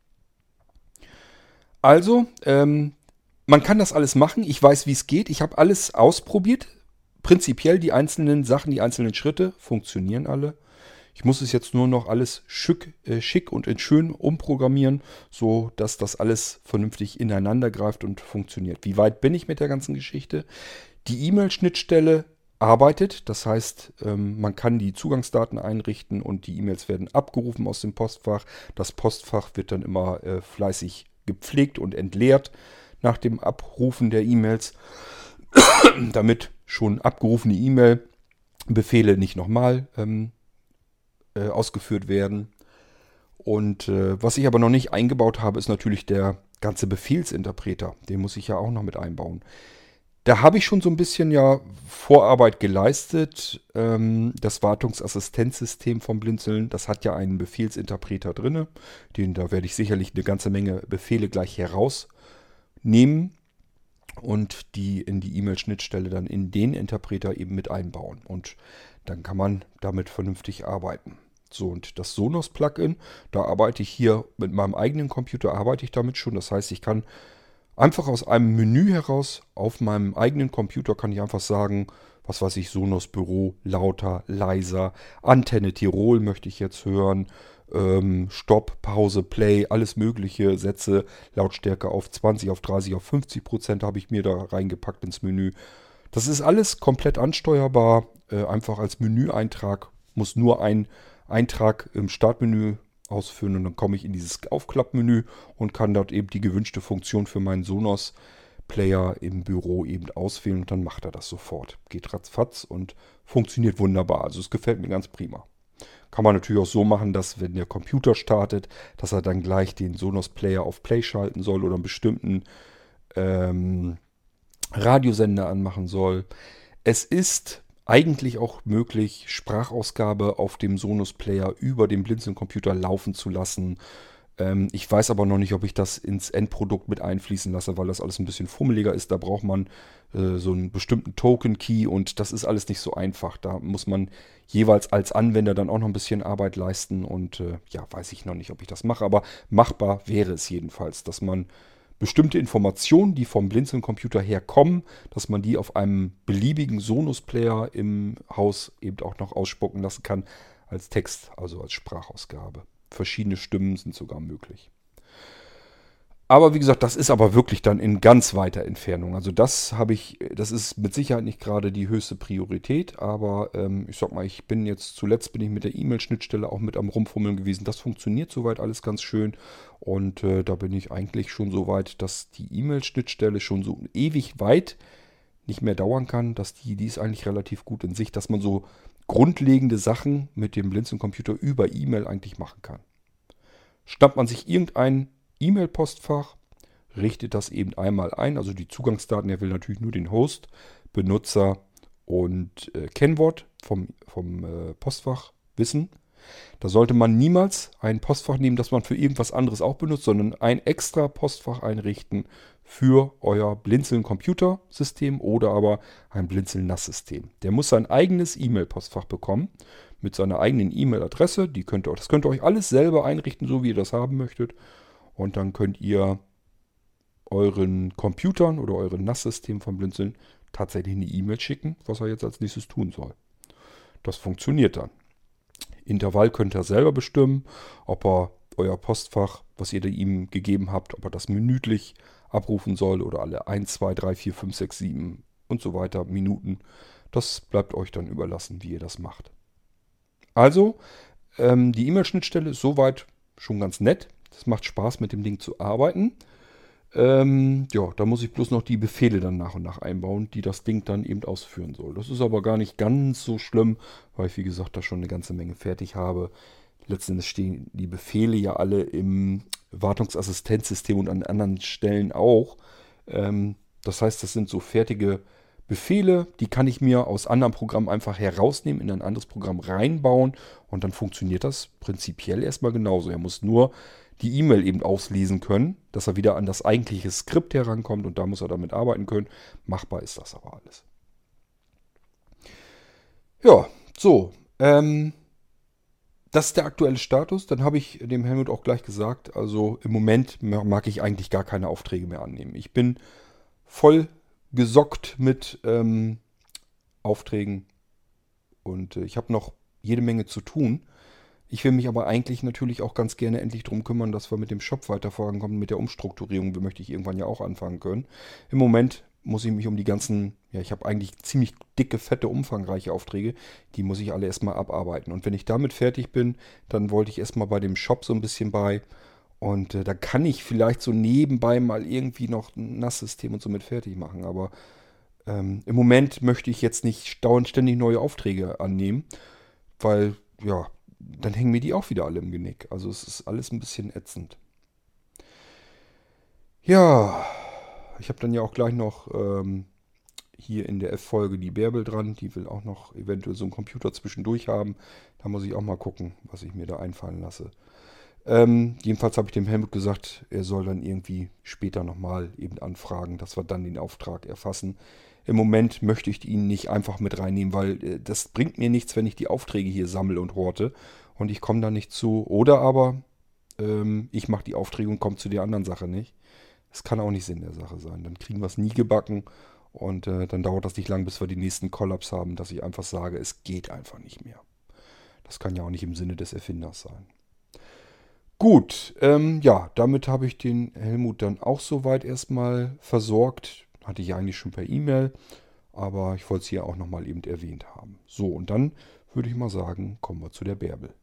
Also, ähm, man kann das alles machen. Ich weiß, wie es geht. Ich habe alles ausprobiert. Prinzipiell die einzelnen Sachen, die einzelnen Schritte funktionieren alle. Ich muss es jetzt nur noch alles schick, äh, schick und in schön umprogrammieren, so dass das alles vernünftig ineinander greift und funktioniert. Wie weit bin ich mit der ganzen Geschichte? Die E-Mail-Schnittstelle arbeitet, das heißt, ähm, man kann die Zugangsdaten einrichten und die E-Mails werden abgerufen aus dem Postfach. Das Postfach wird dann immer äh, fleißig gepflegt und entleert nach dem Abrufen der E-Mails, damit schon abgerufene E-Mail-Befehle nicht nochmal ähm, äh, ausgeführt werden. Und äh, was ich aber noch nicht eingebaut habe, ist natürlich der ganze Befehlsinterpreter. Den muss ich ja auch noch mit einbauen. Da habe ich schon so ein bisschen ja Vorarbeit geleistet. Ähm, das Wartungsassistenzsystem vom Blinzeln, das hat ja einen Befehlsinterpreter drin. Den, da werde ich sicherlich eine ganze Menge Befehle gleich herausnehmen und die in die E-Mail-Schnittstelle dann in den Interpreter eben mit einbauen. Und dann kann man damit vernünftig arbeiten. So, und das Sonos-Plugin, da arbeite ich hier mit meinem eigenen Computer, arbeite ich damit schon. Das heißt, ich kann einfach aus einem Menü heraus auf meinem eigenen Computer kann ich einfach sagen, was weiß ich, Sonos Büro, lauter, leiser, Antenne Tirol möchte ich jetzt hören, ähm, Stopp, Pause, Play, alles mögliche, Sätze, Lautstärke auf zwanzig, auf dreißig, auf fünfzig Prozent habe ich mir da reingepackt ins Menü. Das ist alles komplett ansteuerbar, äh, einfach als Menüeintrag. Muss nur ein Eintrag im Startmenü ausführen und dann komme ich in dieses Aufklappmenü und kann dort eben die gewünschte Funktion für meinen Sonos Player im Büro eben auswählen und dann macht er das sofort. Geht ratzfatz und funktioniert wunderbar. Also es gefällt mir ganz prima. Kann man natürlich auch so machen, dass wenn der Computer startet, dass er dann gleich den Sonos Player auf Play schalten soll oder einen bestimmten ähm, Radiosender anmachen soll. Es ist eigentlich auch möglich, Sprachausgabe auf dem Sonos Player über den Blinzeln-Computer laufen zu lassen. Ähm, ich weiß aber noch nicht, ob ich das ins Endprodukt mit einfließen lasse, weil das alles ein bisschen fummeliger ist. Da braucht man äh, so einen bestimmten Token-Key und das ist alles nicht so einfach. Da muss man jeweils als Anwender dann auch noch ein bisschen Arbeit leisten und äh, ja, weiß ich noch nicht, ob ich das mache, aber machbar wäre es jedenfalls, dass man bestimmte Informationen, die vom Blinzeln-Computer herkommen, dass man die auf einem beliebigen Sonos-Player im Haus eben auch noch ausspucken lassen kann als Text, also als Sprachausgabe. Verschiedene Stimmen sind sogar möglich. Aber wie gesagt, das ist aber wirklich dann in ganz weiter Entfernung. Also das habe ich, das ist mit Sicherheit nicht gerade die höchste Priorität, aber ähm, ich sag mal, ich bin jetzt zuletzt bin ich mit der E-Mail-Schnittstelle auch mit am Rumfummeln gewesen. Das funktioniert soweit alles ganz schön und äh, da bin ich eigentlich schon so weit, dass die E-Mail-Schnittstelle schon so ewig weit nicht mehr dauern kann, dass die, die ist eigentlich relativ gut in sich, dass man so grundlegende Sachen mit dem Blinzeln-Computer über E-Mail eigentlich machen kann. Schnappt man sich irgendein E-Mail-Postfach, richtet das eben einmal ein, also die Zugangsdaten, er will natürlich nur den Host, Benutzer und äh, Kennwort vom, vom äh, Postfach wissen. Da sollte man niemals ein Postfach nehmen, das man für irgendwas anderes auch benutzt, sondern ein extra Postfach einrichten für euer Blinzeln-Computersystem oder aber ein Blinzeln-N A S-System. Der muss sein eigenes E-Mail-Postfach bekommen mit seiner eigenen E-Mail-Adresse. Die könnt ihr, das könnt ihr euch alles selber einrichten, so wie ihr das haben möchtet. Und dann könnt ihr euren Computern oder euren N A S-System von Blinzeln tatsächlich eine E-Mail schicken, was er jetzt als nächstes tun soll. Das funktioniert dann. Intervall könnt ihr selber bestimmen, ob er euer Postfach, was ihr ihm gegeben habt, ob er das minütlich abrufen soll oder alle eins, zwei, drei, vier, fünf, sechs, sieben und so weiter Minuten. Das bleibt euch dann überlassen, wie ihr das macht. Also, ähm, die E-Mail-Schnittstelle ist soweit schon ganz nett. Es macht Spaß, mit dem Ding zu arbeiten. Ähm, ja, da muss ich bloß noch die Befehle dann nach und nach einbauen, die das Ding dann eben ausführen soll. Das ist aber gar nicht ganz so schlimm, weil ich, wie gesagt, da schon eine ganze Menge fertig habe. Letzten Endes stehen die Befehle ja alle im Wartungsassistenzsystem und an anderen Stellen auch. Ähm, das heißt, das sind so fertige Befehle, die kann ich mir aus anderen Programmen einfach herausnehmen, in ein anderes Programm reinbauen und dann funktioniert das prinzipiell erstmal genauso. Er muss nur die E-Mail eben auslesen können, dass er wieder an das eigentliche Skript herankommt und da muss er damit arbeiten können. Machbar ist das aber alles. Ja, so. Ähm, das ist der aktuelle Status. Dann habe ich dem Helmut auch gleich gesagt, also im Moment mag ich eigentlich gar keine Aufträge mehr annehmen. Ich bin voll gesockt mit ähm, Aufträgen und äh, ich habe noch jede Menge zu tun. Ich will mich aber eigentlich natürlich auch ganz gerne endlich darum kümmern, dass wir mit dem Shop weiter vorankommen, mit der Umstrukturierung. Die möchte ich irgendwann ja auch anfangen können. Im Moment muss ich mich um die ganzen, ja, ich habe eigentlich ziemlich dicke, fette, umfangreiche Aufträge. Die muss ich alle erstmal abarbeiten. Und wenn ich damit fertig bin, dann wollte ich erstmal bei dem Shop so ein bisschen bei. Und äh, da kann ich vielleicht so nebenbei mal irgendwie noch ein N A S-System und so mit fertig machen. Aber ähm, im Moment möchte ich jetzt nicht dauernd ständig neue Aufträge annehmen, weil, ja, dann hängen mir die auch wieder alle im Genick. Also es ist alles ein bisschen ätzend. Ja, ich habe dann ja auch gleich noch ähm, hier in der F-Folge die Bärbel dran. Die will auch noch eventuell so einen Computer zwischendurch haben. Da muss ich auch mal gucken, was ich mir da einfallen lasse. Ähm, jedenfalls habe ich dem Helmut gesagt, er soll dann irgendwie später nochmal eben anfragen, dass wir dann den Auftrag erfassen. Im Moment möchte ich ihn nicht einfach mit reinnehmen, weil äh, das bringt mir nichts, wenn ich die Aufträge hier sammle und horte und ich komme da nicht zu. Oder aber ähm, ich mache die Aufträge und komme zu der anderen Sache nicht. Das kann auch nicht Sinn der Sache sein. Dann kriegen wir es nie gebacken und äh, dann dauert das nicht lang, bis wir die nächsten Kollaps haben, dass ich einfach sage, es geht einfach nicht mehr. Das kann ja auch nicht im Sinne des Erfinders sein. Gut, ähm, ja, damit habe ich den Helmut dann auch soweit erstmal versorgt. Hatte ich eigentlich schon per E-Mail. Aber ich wollte es hier auch nochmal eben erwähnt haben. So, und dann würde ich mal sagen, kommen wir zu der Bärbel.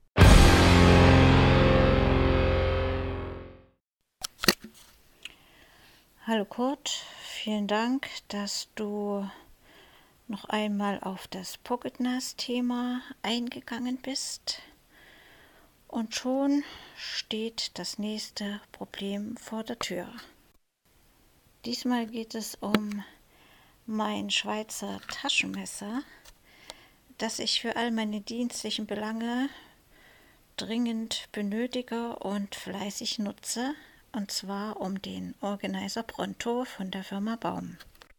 Hallo Kurt, vielen Dank, dass du noch einmal auf das Pocket N A S-Thema eingegangen bist. Und schon steht das nächste Problem vor der Tür. Diesmal geht es um mein Schweizer Taschenmesser, das ich für all meine dienstlichen Belange dringend benötige und fleißig nutze, und zwar um den Organizer Pronto von der Firma Baum.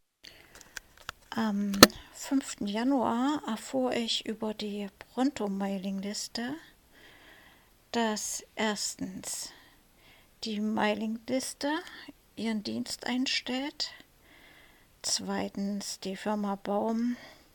Am fünften Januar erfuhr ich über die Pronto-Mailingliste, dass erstens die Mailingliste ihren Dienst einstellt, zweitens die Firma Baum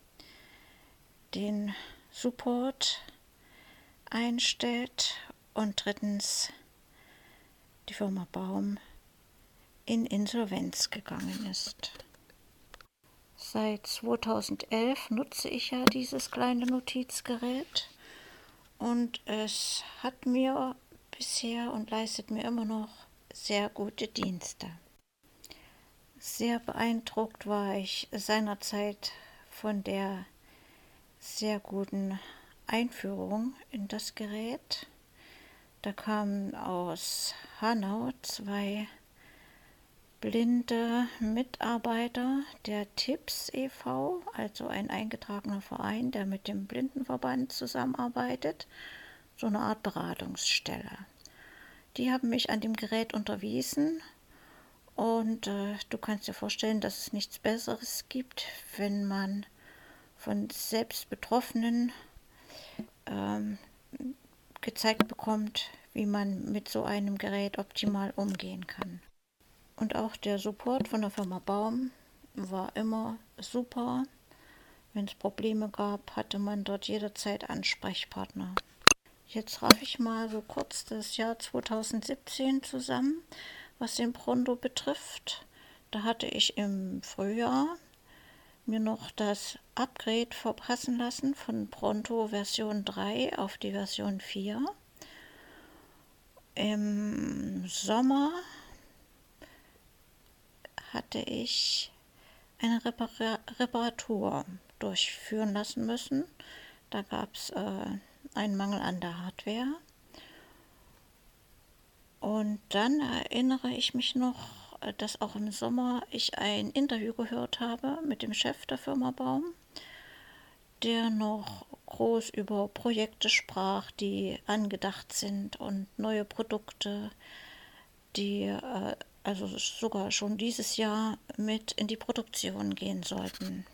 den Support einstellt und drittens die Firma Baum in Insolvenz gegangen ist. Seit zweitausendelf nutze ich ja dieses kleine Notizgerät und es hat mir bisher und leistet mir immer noch sehr gute Dienste. Sehr beeindruckt war ich seinerzeit von der sehr guten Einführung in das Gerät. Da kamen aus Hanau zwei blinde Mitarbeiter der Tipps e V, also ein eingetragener Verein, der mit dem Blindenverband zusammenarbeitet, so eine Art Beratungsstelle. Die haben mich an dem Gerät unterwiesen und äh, du kannst dir vorstellen, dass es nichts Besseres gibt, wenn man von selbst Betroffenen ähm, gezeigt bekommt, wie man mit so einem Gerät optimal umgehen kann. Und auch der Support von der Firma Baum war immer super. Wenn es Probleme gab, hatte man dort jederzeit Ansprechpartner. Jetzt raff ich mal so kurz das Jahr zweitausendsiebzehn zusammen, was den Pronto betrifft. Da hatte ich im Frühjahr mir noch das Upgrade verpassen lassen von Pronto Version drei auf die Version vier. Im Sommer hatte ich eine Repar- Reparatur durchführen lassen müssen. Da gab es äh, einen Mangel an der Hardware. Und dann erinnere ich mich noch, dass auch im Sommer ich ein Interview gehört habe mit dem Chef der Firma Baum, der noch groß über Projekte sprach, die angedacht sind und neue Produkte, die äh, also sogar schon dieses Jahr mit in die Produktion gehen sollten.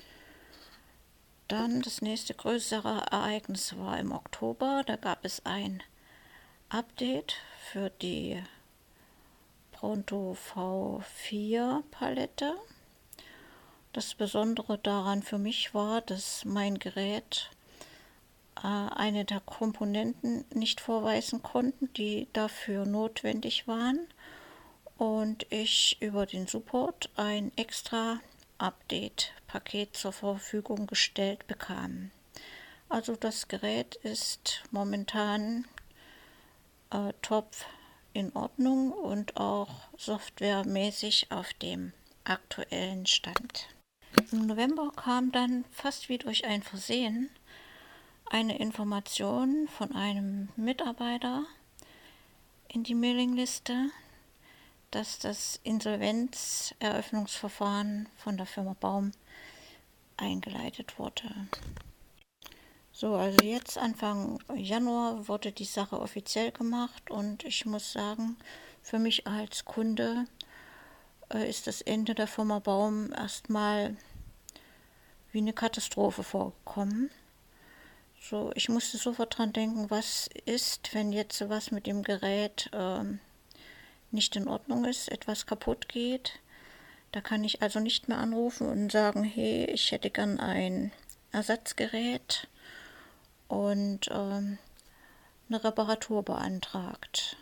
Dann das nächste größere Ereignis war im Oktober. Da gab es ein Update für die Pronto V vier Palette. Das Besondere daran für mich war, dass mein Gerät äh, eine der Komponenten nicht vorweisen konnte, die dafür notwendig waren, und ich über den Support ein extra Update-Paket zur Verfügung gestellt bekam. Also das Gerät ist momentan äh, top in Ordnung und auch softwaremäßig auf dem aktuellen Stand. Im November kam dann fast wie durch ein Versehen eine Information von einem Mitarbeiter in die Mailingliste, dass das Insolvenzeröffnungsverfahren von der Firma Baum eingeleitet wurde. So, also jetzt Anfang Januar wurde die Sache offiziell gemacht und ich muss sagen, für mich als Kunde äh, ist das Ende der Firma Baum erstmal wie eine Katastrophe vorgekommen. So, ich musste sofort dran denken, was ist, wenn jetzt was mit dem Gerät ähm, nicht in Ordnung ist, etwas kaputt geht. Da kann ich also nicht mehr anrufen und sagen, hey, ich hätte gern ein Ersatzgerät und ähm, eine Reparatur beantragt.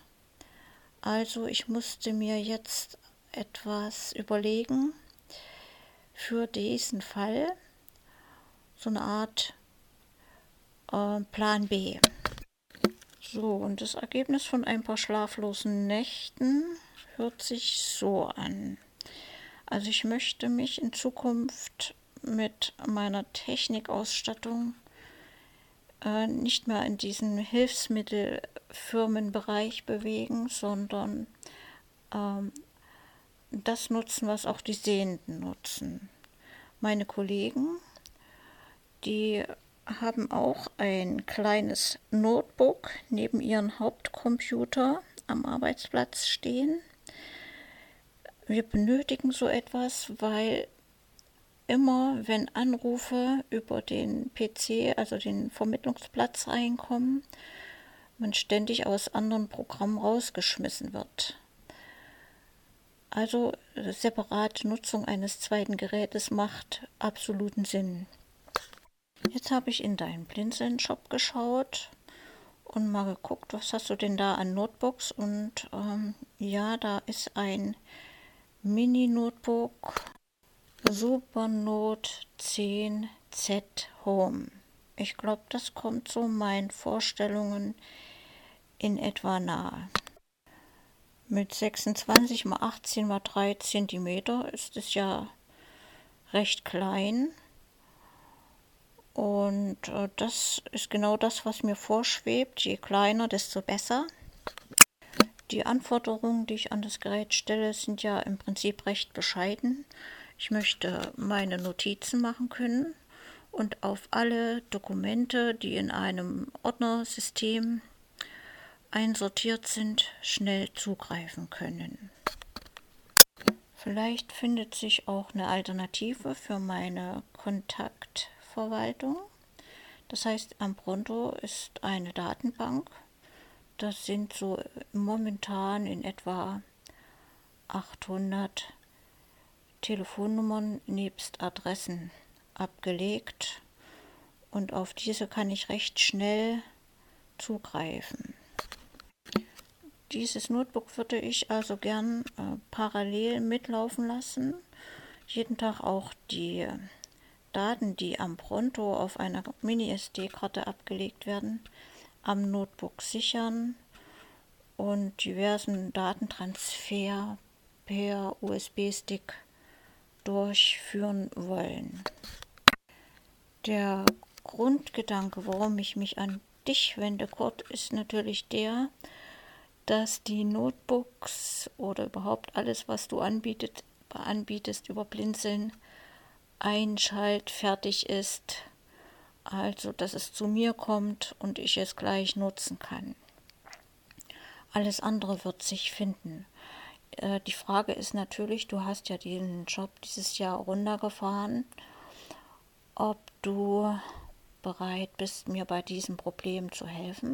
Also ich musste mir jetzt etwas überlegen, für diesen Fall so eine Art äh, Plan B. So, und das Ergebnis von ein paar schlaflosen Nächten hört sich so an. Also ich möchte mich in Zukunft mit meiner Technikausstattung äh, nicht mehr in diesen Hilfsmittelfirmenbereich bewegen, sondern ähm, das nutzen, was auch die Sehenden nutzen. Meine Kollegen, die haben auch ein kleines Notebook neben ihrem Hauptcomputer am Arbeitsplatz stehen. Wir benötigen so etwas, weil immer, wenn Anrufe über den P C, also den Vermittlungsplatz reinkommen, man ständig aus anderen Programmen rausgeschmissen wird. Also separate Nutzung eines zweiten Gerätes macht absoluten Sinn. Jetzt habe ich in deinen Blinzeln-Shop geschaut und mal geguckt, was hast du denn da an Notebooks? Und ähm, ja, da ist ein Mini-Notebook Supernote zehn Z Home. Ich glaube, das kommt so meinen Vorstellungen in etwa nahe. Mit sechsundzwanzig mal achtzehn mal drei Zentimeter ist es ja recht klein. Und äh, das ist genau das, was mir vorschwebt. Je kleiner, desto besser. Die Anforderungen, die ich an das Gerät stelle, sind ja im Prinzip recht bescheiden. Ich möchte meine Notizen machen können und auf alle Dokumente, die in einem Ordnersystem einsortiert sind, schnell zugreifen können. Vielleicht findet sich auch eine Alternative für meine Kontaktverwaltung. Das heißt, Ambronto ist eine Datenbank. Das sind so momentan in etwa achthundert Telefonnummern nebst Adressen abgelegt. Und auf diese kann ich recht schnell zugreifen. Dieses Notebook würde ich also gern äh, parallel mitlaufen lassen. Jeden Tag auch die Daten, die am Pronto auf einer Mini-S D-Karte abgelegt werden, am Notebook sichern und diversen Datentransfer per U S B-Stick durchführen wollen. Der Grundgedanke, warum ich mich an dich wende, Kurt, ist natürlich der, dass die Notebooks oder überhaupt alles, was du anbietet, anbietest über Blinzeln, einschaltfertig ist. Also, dass es zu mir kommt und ich es gleich nutzen kann. Alles andere wird sich finden. Äh, die Frage ist natürlich, du hast ja den Job dieses Jahr runtergefahren, ob du bereit bist, mir bei diesem Problem zu helfen.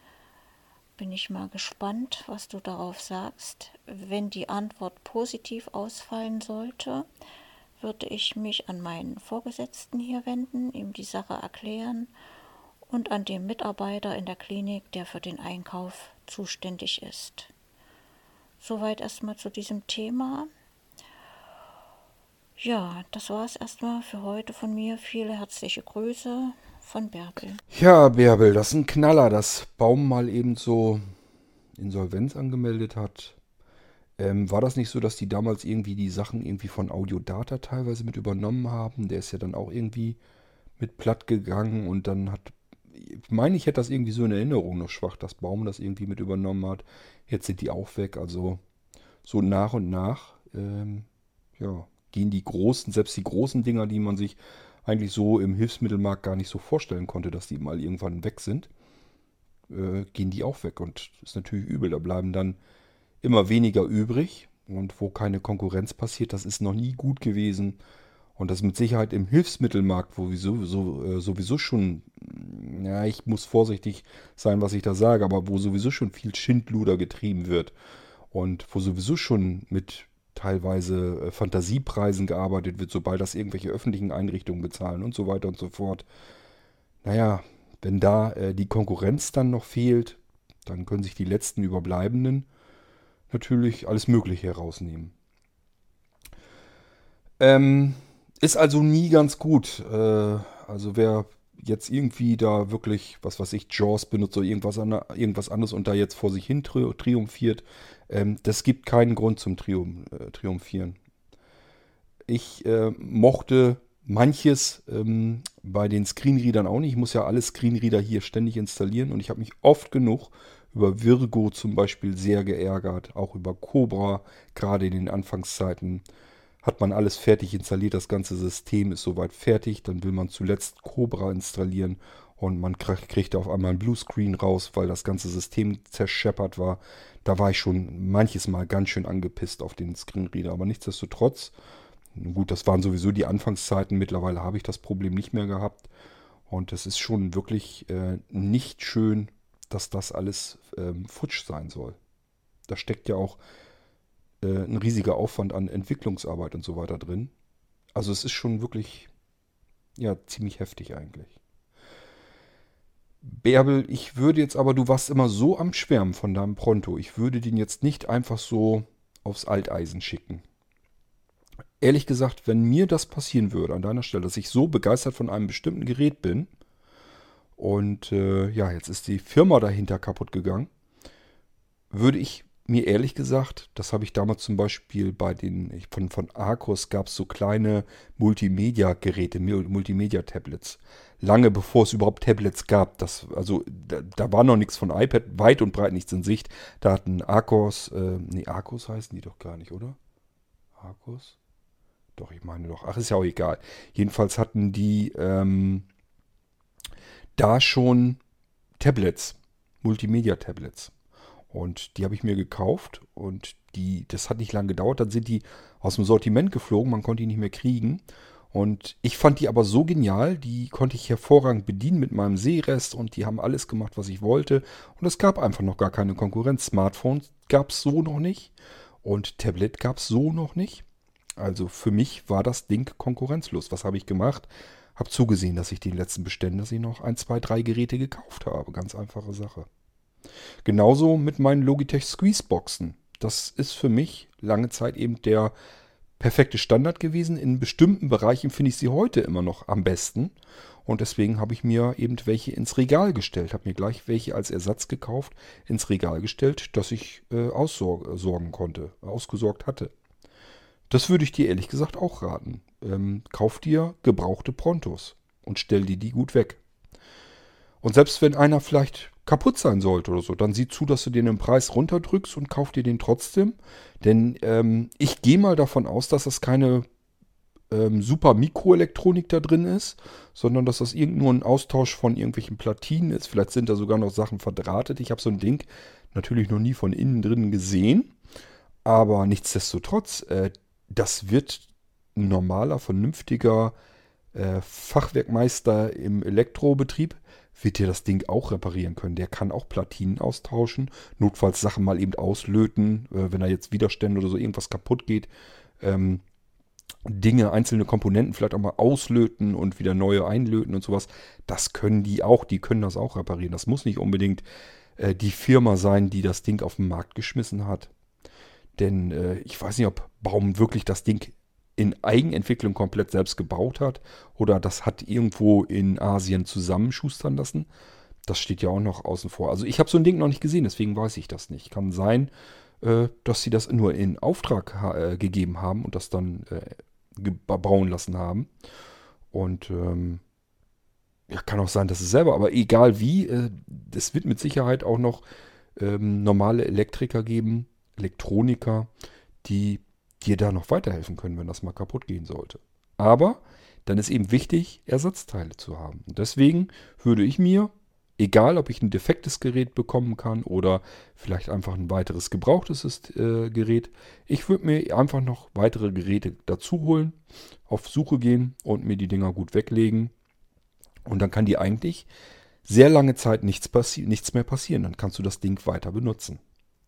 Bin ich mal gespannt, was du darauf sagst. Wenn die Antwort positiv ausfallen sollte, würde ich mich an meinen Vorgesetzten hier wenden, ihm die Sache erklären und an den Mitarbeiter in der Klinik, der für den Einkauf zuständig ist. Soweit erstmal zu diesem Thema. Ja, das war es erstmal für heute von mir. Viele herzliche Grüße von Bärbel. Ja, Bärbel, das ist ein Knaller, dass Baum mal eben so Insolvenz angemeldet hat. Ähm, war das nicht so, dass die damals irgendwie die Sachen irgendwie von Audiodata teilweise mit übernommen haben? Der ist ja dann auch irgendwie mit platt gegangen und dann hat, ich meine, ich hätte das irgendwie so in Erinnerung noch schwach, dass Baum das irgendwie mit übernommen hat. Jetzt sind die auch weg, also so nach und nach, ähm, ja, gehen die großen, selbst die großen Dinger, die man sich eigentlich so im Hilfsmittelmarkt gar nicht so vorstellen konnte, dass die mal irgendwann weg sind, äh, gehen die auch weg und das ist natürlich übel. Da bleiben dann immer weniger übrig und wo keine Konkurrenz passiert, das ist noch nie gut gewesen. Und das mit Sicherheit im Hilfsmittelmarkt, wo sowieso, äh, sowieso schon, ja, ich muss vorsichtig sein, was ich da sage, aber wo sowieso schon viel Schindluder getrieben wird und wo sowieso schon mit teilweise äh, Fantasiepreisen gearbeitet wird, sobald das irgendwelche öffentlichen Einrichtungen bezahlen und so weiter und so fort. Naja, wenn da äh, die Konkurrenz dann noch fehlt, dann können sich die letzten Überbleibenden natürlich alles Mögliche herausnehmen. Ähm, Ist also nie ganz gut. Äh, also wer jetzt irgendwie da wirklich, was weiß ich, JAWS benutzt oder irgendwas, an, irgendwas anderes und da jetzt vor sich hin tri triumphiert, ähm, das gibt keinen Grund zum Trium äh, Triumphieren. Ich äh, mochte manches ähm, bei den Screenreadern auch nicht. Ich muss ja alle Screenreader hier ständig installieren und ich habe mich oft genug über Virgo zum Beispiel sehr geärgert, auch über Cobra, gerade in den Anfangszeiten. Hat man alles fertig installiert, das ganze System ist soweit fertig, dann will man zuletzt Cobra installieren und man kriegt, kriegt auf einmal ein Bluescreen raus, weil das ganze System zerscheppert war. Da war ich schon manches Mal ganz schön angepisst auf den Screenreader, aber nichtsdestotrotz, gut, das waren sowieso die Anfangszeiten, mittlerweile habe ich das Problem nicht mehr gehabt und es ist schon wirklich äh, nicht schön, dass das alles ähm, futsch sein soll. Da steckt ja auch äh, ein riesiger Aufwand an Entwicklungsarbeit und so weiter drin. Also es ist schon wirklich, ja, ziemlich heftig eigentlich. Bärbel, ich würde jetzt aber, du warst immer so am Schwärmen von deinem Pronto. Ich würde den jetzt nicht einfach so aufs Alteisen schicken. Ehrlich gesagt, wenn mir das passieren würde an deiner Stelle, dass ich so begeistert von einem bestimmten Gerät bin und äh, ja, jetzt ist die Firma dahinter kaputt gegangen, würde ich mir ehrlich gesagt, das habe ich damals zum Beispiel bei den, ich- von, von Arcos gab es so kleine Multimedia-Geräte, Mul- Multimedia-Tablets. Lange bevor es überhaupt Tablets gab. Das, also da, da war noch nichts von iPad, weit und breit nichts in Sicht. Da hatten Arcos, äh, nee, Arcos heißen die doch gar nicht, oder? Arcos? Doch, ich meine doch. Ach, ist ja auch egal. Jedenfalls hatten die ähm, da schon Tablets, Multimedia-Tablets. Und die habe ich mir gekauft und die, das hat nicht lange gedauert. Dann sind die aus dem Sortiment geflogen, man konnte die nicht mehr kriegen. Und ich fand die aber so genial, die konnte ich hervorragend bedienen mit meinem Sehrest und die haben alles gemacht, was ich wollte. Und es gab einfach noch gar keine Konkurrenz. Smartphones gab es so noch nicht und Tablet gab es so noch nicht. Also für mich war das Ding konkurrenzlos. Was habe ich gemacht? Habe zugesehen, dass ich den letzten Beständen, dass ich noch ein, zwei, drei Geräte gekauft habe. Ganz einfache Sache. Genauso mit meinen Logitech Squeezeboxen. Das ist für mich lange Zeit eben der perfekte Standard gewesen. In bestimmten Bereichen finde ich sie heute immer noch am besten. Und deswegen habe ich mir eben welche ins Regal gestellt. Habe mir gleich welche als Ersatz gekauft, ins Regal gestellt, dass ich äh, aussorgen konnte, ausgesorgt hatte. Das würde ich dir ehrlich gesagt auch raten. Ähm, kauf dir gebrauchte Prontos und stell dir die gut weg. Und selbst wenn einer vielleicht kaputt sein sollte oder so, dann sieh zu, dass du den im Preis runterdrückst und kauf dir den trotzdem. Denn ähm, ich gehe mal davon aus, dass das keine ähm, super Mikroelektronik da drin ist, sondern dass das irgend nur ein Austausch von irgendwelchen Platinen ist. Vielleicht sind da sogar noch Sachen verdrahtet. Ich habe so ein Ding natürlich noch nie von innen drin gesehen. Aber nichtsdestotrotz, äh, das wird ein normaler, vernünftiger äh, Fachwerkmeister im Elektrobetrieb wird dir das Ding auch reparieren können. Der kann auch Platinen austauschen, notfalls Sachen mal eben auslöten, äh, wenn da jetzt Widerstände oder so irgendwas kaputt geht. Ähm, Dinge, einzelne Komponenten vielleicht auch mal auslöten und wieder neue einlöten und sowas. Das können die auch, die können das auch reparieren. Das muss nicht unbedingt äh, die Firma sein, die das Ding auf den Markt geschmissen hat. Denn äh, ich weiß nicht, ob Baum wirklich das Ding in Eigenentwicklung komplett selbst gebaut hat oder das hat irgendwo in Asien zusammenschustern lassen. Das steht ja auch noch außen vor. Also ich habe so ein Ding noch nicht gesehen, deswegen weiß ich das nicht. Kann sein, äh, dass sie das nur in Auftrag ha äh, gegeben haben und das dann äh, bauen lassen haben. Und ähm, ja, kann auch sein, dass es selber, aber egal wie, äh, es wird mit Sicherheit auch noch ähm, normale Elektriker geben, Elektroniker, die dir da noch weiterhelfen können, wenn das mal kaputt gehen sollte. Aber dann ist eben wichtig, Ersatzteile zu haben. Und deswegen würde ich mir, egal ob ich ein defektes Gerät bekommen kann oder vielleicht einfach ein weiteres gebrauchtes äh, Gerät, ich würde mir einfach noch weitere Geräte dazu holen, auf Suche gehen und mir die Dinger gut weglegen. Und dann kann dir eigentlich sehr lange Zeit nichts, passi- nichts mehr passieren. Dann kannst du das Ding weiter benutzen.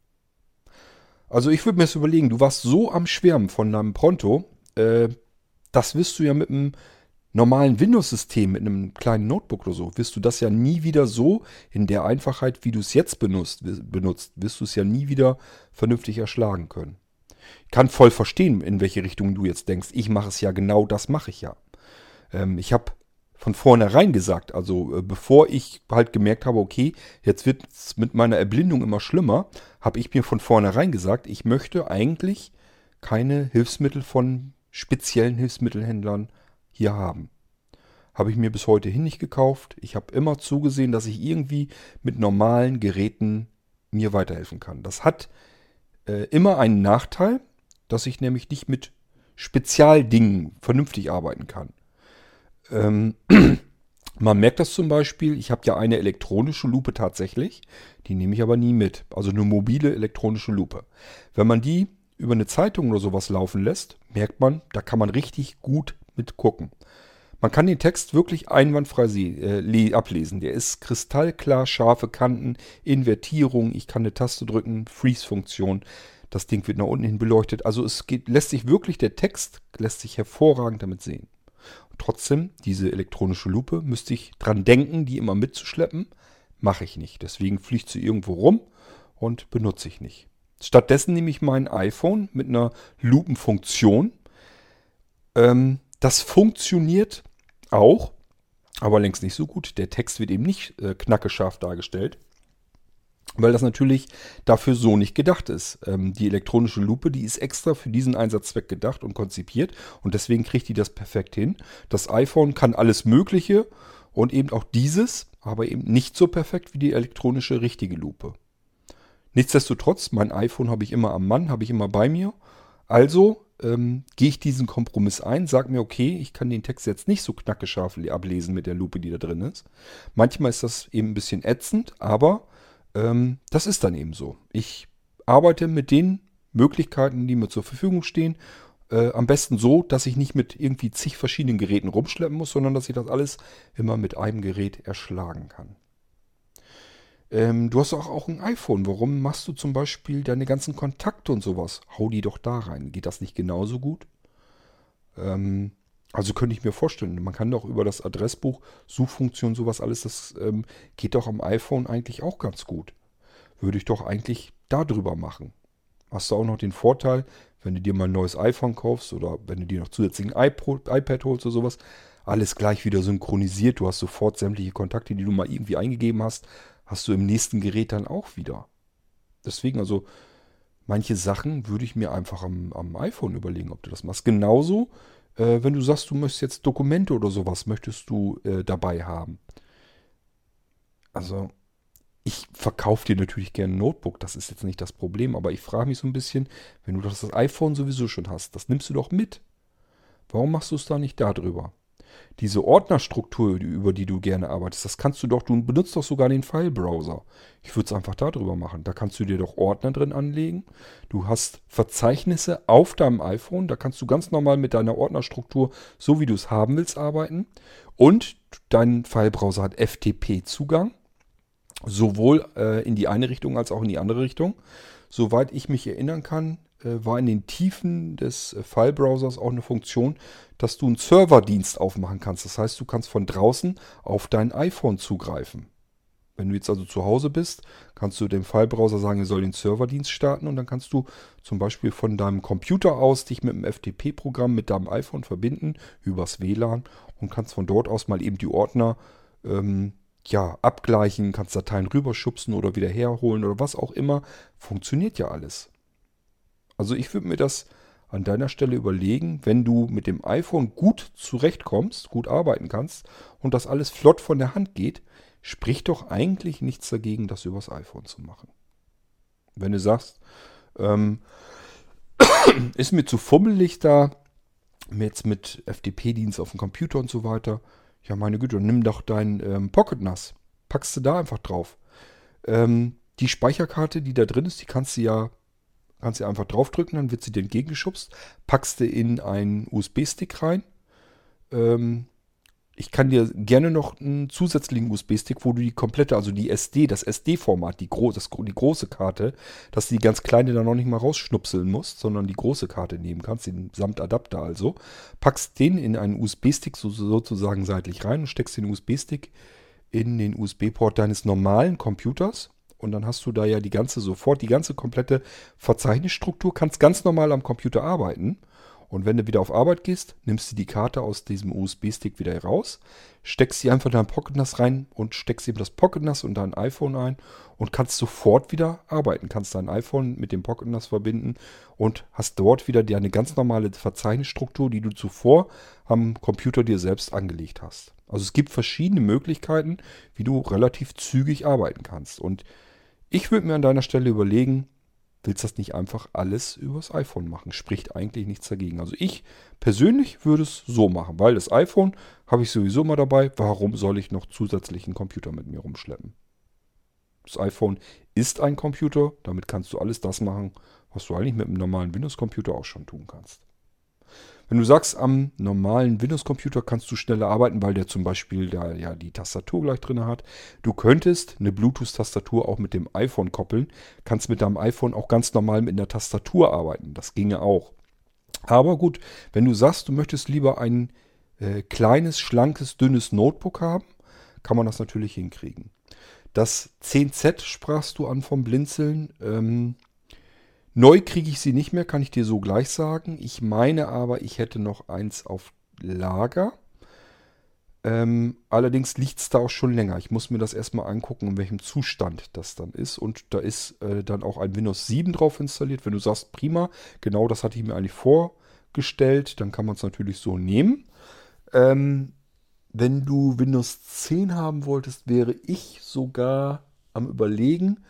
Also ich würde mir das überlegen, du warst so am Schwärmen von deinem Pronto, äh, das wirst du ja mit einem normalen Windows-System, mit einem kleinen Notebook oder so, wirst du das ja nie wieder so in der Einfachheit, wie du es jetzt benutzt, benutzt, wirst du es ja nie wieder vernünftig erschlagen können. Ich kann voll verstehen, in welche Richtung du jetzt denkst. Ich mache es ja genau, das mache ich ja. Ähm, ich habe von vornherein gesagt, also äh, bevor ich halt gemerkt habe, okay, jetzt wird es mit meiner Erblindung immer schlimmer, habe ich mir von vornherein gesagt, ich möchte eigentlich keine Hilfsmittel von speziellen Hilfsmittelhändlern hier haben. Habe ich mir bis heute hin nicht gekauft. Ich habe immer zugesehen, dass ich irgendwie mit normalen Geräten mir weiterhelfen kann. Das hat äh, immer einen Nachteil, dass ich nämlich nicht mit Spezialdingen vernünftig arbeiten kann. Ähm, man merkt das zum Beispiel, ich habe ja eine elektronische Lupe tatsächlich, die nehme ich aber nie mit. Also eine mobile elektronische Lupe. Wenn man die über eine Zeitung oder sowas laufen lässt, merkt man, da kann man richtig gut mit gucken. Man kann den Text wirklich einwandfrei äh, ablesen. Der ist kristallklar, scharfe Kanten, Invertierung, ich kann eine Taste drücken, Freeze-Funktion. Das Ding wird nach unten hin beleuchtet. Also es geht, lässt sich wirklich, der Text lässt sich hervorragend damit sehen. Und trotzdem, diese elektronische Lupe, müsste ich dran denken, die immer mitzuschleppen. Mache ich nicht. Deswegen fliegt sie irgendwo rum und benutze ich nicht. Stattdessen nehme ich mein iPhone mit einer Lupenfunktion. Ähm, das funktioniert auch, aber längst nicht so gut. Der Text wird eben nicht äh, knackescharf dargestellt, weil das natürlich dafür so nicht gedacht ist. Ähm, die elektronische Lupe, die ist extra für diesen Einsatzzweck gedacht und konzipiert und deswegen kriegt die das perfekt hin. Das iPhone kann alles Mögliche und eben auch dieses, aber eben nicht so perfekt wie die elektronische richtige Lupe. Nichtsdestotrotz, mein iPhone habe ich immer am Mann, habe ich immer bei mir. Also ähm, gehe ich diesen Kompromiss ein, sage mir, okay, ich kann den Text jetzt nicht so knackescharf ablesen mit der Lupe, die da drin ist. Manchmal ist das eben ein bisschen ätzend, aber ähm, das ist dann eben so. Ich arbeite mit den Möglichkeiten, die mir zur Verfügung stehen, äh, am besten so, dass ich nicht mit irgendwie zig verschiedenen Geräten rumschleppen muss, sondern dass ich das alles immer mit einem Gerät erschlagen kann. Ähm, du hast auch, auch ein iPhone. Warum machst du zum Beispiel deine ganzen Kontakte und sowas? Hau die doch da rein. Geht das nicht genauso gut? Ähm, also könnte ich mir vorstellen, man kann doch über das Adressbuch, Suchfunktion, sowas alles, das ähm, geht doch am iPhone eigentlich auch ganz gut. Würde ich doch eigentlich darüber machen. Hast du auch noch den Vorteil, wenn du dir mal ein neues iPhone kaufst oder wenn du dir noch zusätzlichen iPod, iPad holst oder sowas, alles gleich wieder synchronisiert. Du hast sofort sämtliche Kontakte, die du mal irgendwie eingegeben hast, hast du im nächsten Gerät dann auch wieder. Deswegen, also manche Sachen würde ich mir einfach am, am iPhone überlegen, ob du das machst. Genauso, äh, wenn du sagst, du möchtest jetzt Dokumente oder sowas, möchtest du äh, dabei haben. Also ich verkaufe dir natürlich gerne ein Notebook, das ist jetzt nicht das Problem, aber ich frage mich so ein bisschen, wenn du das iPhone sowieso schon hast, das nimmst du doch mit. Warum machst du es da nicht darüber? Diese Ordnerstruktur, über die du gerne arbeitest, das kannst du doch, du benutzt doch sogar den File-Browser. Ich würde es einfach darüber machen. Da kannst du dir doch Ordner drin anlegen. Du hast Verzeichnisse auf deinem iPhone. Da kannst du ganz normal mit deiner Ordnerstruktur, so wie du es haben willst, arbeiten. Und dein File-Browser hat F T P-Zugang. Sowohl äh, in die eine Richtung als auch in die andere Richtung. Soweit ich mich erinnern kann, äh, war in den Tiefen des äh, File-Browsers auch eine Funktion, dass du einen Serverdienst aufmachen kannst. Das heißt, du kannst von draußen auf dein iPhone zugreifen. Wenn du jetzt also zu Hause bist, kannst du dem File-Browser sagen, er soll den Serverdienst starten und dann kannst du zum Beispiel von deinem Computer aus dich mit dem F T P-Programm mit deinem iPhone verbinden, übers W L A N und kannst von dort aus mal eben die Ordner ähm, ja, abgleichen, kannst Dateien rüberschubsen oder wieder herholen oder was auch immer. Funktioniert ja alles. Also ich würde mir das an deiner Stelle überlegen, wenn du mit dem iPhone gut zurechtkommst, gut arbeiten kannst und das alles flott von der Hand geht, spricht doch eigentlich nichts dagegen, das übers iPhone zu machen. Wenn du sagst, ähm, ist mir zu fummelig da, jetzt mit F T P-Dienst auf dem Computer und so weiter, ja meine Güte, nimm doch dein ähm, Pocket N A S, packst du da einfach drauf. Ähm, die Speicherkarte, die da drin ist, die kannst du ja Kannst du einfach draufdrücken, dann wird sie dir entgegengeschubst. Packst du in einen U S B-Stick rein. Ähm, ich kann dir gerne noch einen zusätzlichen U S B-Stick, wo du die komplette, also die S D, das S D-Format, die, gro das, die große Karte, dass du die ganz kleine dann noch nicht mal rausschnupseln musst, sondern die große Karte nehmen kannst, den samt Adapter also. Packst den in einen U S B-Stick so, sozusagen seitlich rein und steckst den U S B-Stick in den U S B-Port deines normalen Computers. und dann hast du da ja die ganze sofort, die ganze komplette Verzeichnisstruktur, kannst ganz normal am Computer arbeiten. Und wenn du wieder auf Arbeit gehst, nimmst du die Karte aus diesem U S B-Stick wieder raus, steckst sie einfach in dein Pocket N A S rein und steckst eben das Pocket N A S und dein iPhone ein und kannst sofort wieder arbeiten. Kannst dein iPhone mit dem Pocket N A S verbinden und hast dort wieder eine ganz normale Verzeichnisstruktur, die du zuvor am Computer dir selbst angelegt hast. Also es gibt verschiedene Möglichkeiten, wie du relativ zügig arbeiten kannst. Und ich würde mir an deiner Stelle überlegen, willst du das nicht einfach alles übers iPhone machen? Spricht eigentlich nichts dagegen. Also ich persönlich würde es so machen, weil das iPhone habe ich sowieso mal dabei. Warum soll ich noch zusätzlich einen Computer mit mir rumschleppen? Das iPhone ist ein Computer, damit kannst du alles das machen, was du eigentlich mit einem normalen Windows-Computer auch schon tun kannst. Wenn du sagst, am normalen Windows-Computer kannst du schneller arbeiten, weil der zum Beispiel da ja die Tastatur gleich drin hat. Du könntest eine Bluetooth-Tastatur auch mit dem iPhone koppeln. Kannst mit deinem iPhone auch ganz normal mit einer Tastatur arbeiten. Das ginge auch. Aber gut, wenn du sagst, du möchtest lieber ein äh, kleines, schlankes, dünnes Notebook haben, kann man das natürlich hinkriegen. Das zehn Z sprachst du an vom Blinzeln. Ähm, Neu kriege ich sie nicht mehr, kann ich dir so gleich sagen. Ich meine aber, ich hätte noch eins auf Lager. Ähm, allerdings liegt es da auch schon länger. Ich muss mir das erstmal angucken, in welchem Zustand das dann ist. Und da ist äh, dann auch ein Windows sieben drauf installiert. Wenn du sagst, prima, genau das hatte ich mir eigentlich vorgestellt, dann kann man es natürlich so nehmen. Ähm, wenn du Windows zehn haben wolltest, wäre ich sogar am Überlegen,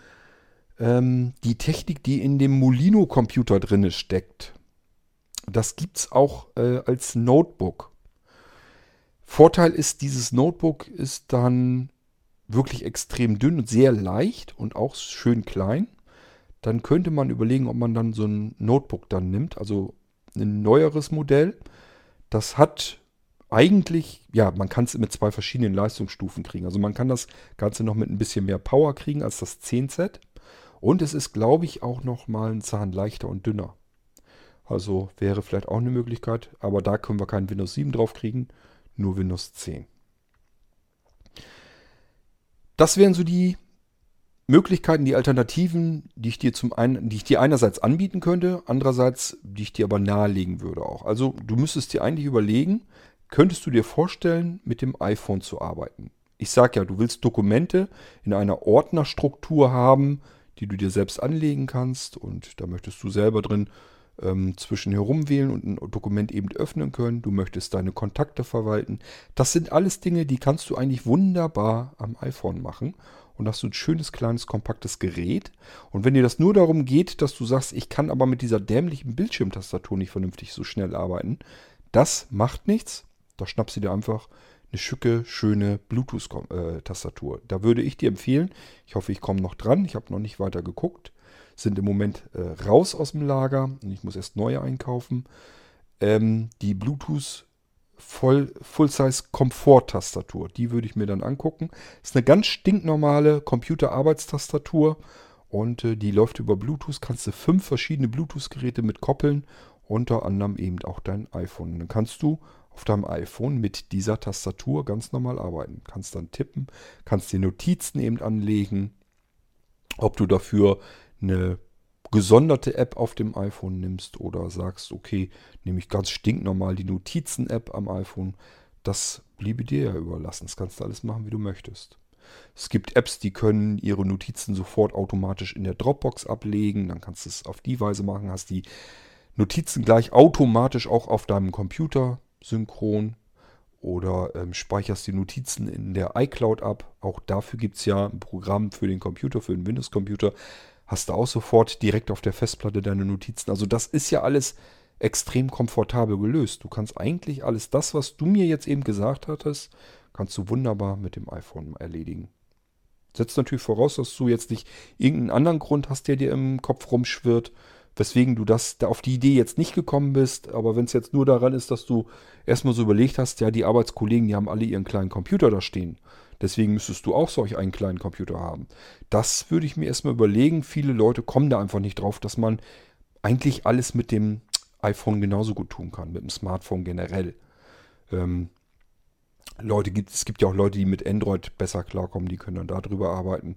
die Technik, die in dem Molino-Computer drin steckt, das gibt es auch äh, als Notebook. Vorteil ist, dieses Notebook ist dann wirklich extrem dünn und sehr leicht und auch schön klein. Dann könnte man überlegen, ob man dann so ein Notebook dann nimmt, also ein neueres Modell. Das hat eigentlich, ja, man kann es mit zwei verschiedenen Leistungsstufen kriegen. Also man kann das Ganze noch mit ein bisschen mehr Power kriegen als das zehn Z. Und es ist, glaube ich, auch noch mal ein Zahn leichter und dünner. Also wäre vielleicht auch eine Möglichkeit. Aber da können wir kein Windows sieben drauf kriegen, nur Windows zehn. Das wären so die Möglichkeiten, die Alternativen, die ich dir zum einen, die ich dir einerseits anbieten könnte, andererseits, die ich dir aber nahelegen würde auch. Also du müsstest dir eigentlich überlegen, könntest du dir vorstellen, mit dem iPhone zu arbeiten? Ich sage ja, du willst Dokumente in einer Ordnerstruktur haben, die du dir selbst anlegen kannst, und da möchtest du selber drin ähm, zwischen herumwählen und ein Dokument eben öffnen können. Du möchtest deine Kontakte verwalten. Das sind alles Dinge, die kannst du eigentlich wunderbar am iPhone machen, und hast du ein schönes, kleines, kompaktes Gerät. Und wenn dir das nur darum geht, dass du sagst, ich kann aber mit dieser dämlichen Bildschirmtastatur nicht vernünftig so schnell arbeiten, das macht nichts. Da schnappst du dir einfach eine schicke, schöne Bluetooth-Tastatur. Da würde ich dir empfehlen, ich hoffe, ich komme noch dran, ich habe noch nicht weiter geguckt, sind im Moment äh, raus aus dem Lager und ich muss erst neue einkaufen. Ähm, die Bluetooth Voll, Full-Size-Komfort-Tastatur, die würde ich mir dann angucken. Ist eine ganz stinknormale Computer-Arbeitstastatur und äh, die läuft über Bluetooth. Kannst du fünf verschiedene Bluetooth-Geräte mit koppeln, unter anderem eben auch dein iPhone. Und dann kannst du auf deinem iPhone mit dieser Tastatur ganz normal arbeiten. Kannst dann tippen, kannst dir Notizen eben anlegen. Ob du dafür eine gesonderte App auf dem iPhone nimmst oder sagst, okay, nehme ich ganz stinknormal die Notizen-App am iPhone, das bliebe dir ja überlassen. Das kannst du alles machen, wie du möchtest. Es gibt Apps, die können ihre Notizen sofort automatisch in der Dropbox ablegen. Dann kannst du es auf die Weise machen, hast die Notizen gleich automatisch auch auf deinem Computer synchron, oder ähm, speicherst die Notizen in der iCloud ab. Auch dafür gibt es ja ein Programm für den Computer, für den Windows-Computer. Hast du auch sofort direkt auf der Festplatte deine Notizen. Also das ist ja alles extrem komfortabel gelöst. Du kannst eigentlich alles das, was du mir jetzt eben gesagt hattest, kannst du wunderbar mit dem iPhone erledigen. Setzt natürlich voraus, dass du jetzt nicht irgendeinen anderen Grund hast, der dir im Kopf rumschwirrt, weswegen du das da auf die Idee jetzt nicht gekommen bist. Aber wenn es jetzt nur daran ist, dass du erstmal so überlegt hast, ja, die Arbeitskollegen, die haben alle ihren kleinen Computer da stehen. Deswegen müsstest du auch solch einen kleinen Computer haben. Das würde ich mir erstmal überlegen. Viele Leute kommen da einfach nicht drauf, dass man eigentlich alles mit dem iPhone genauso gut tun kann, mit dem Smartphone generell. Ähm, Leute gibt, es gibt ja auch Leute, die mit Android besser klarkommen, die können dann darüber arbeiten.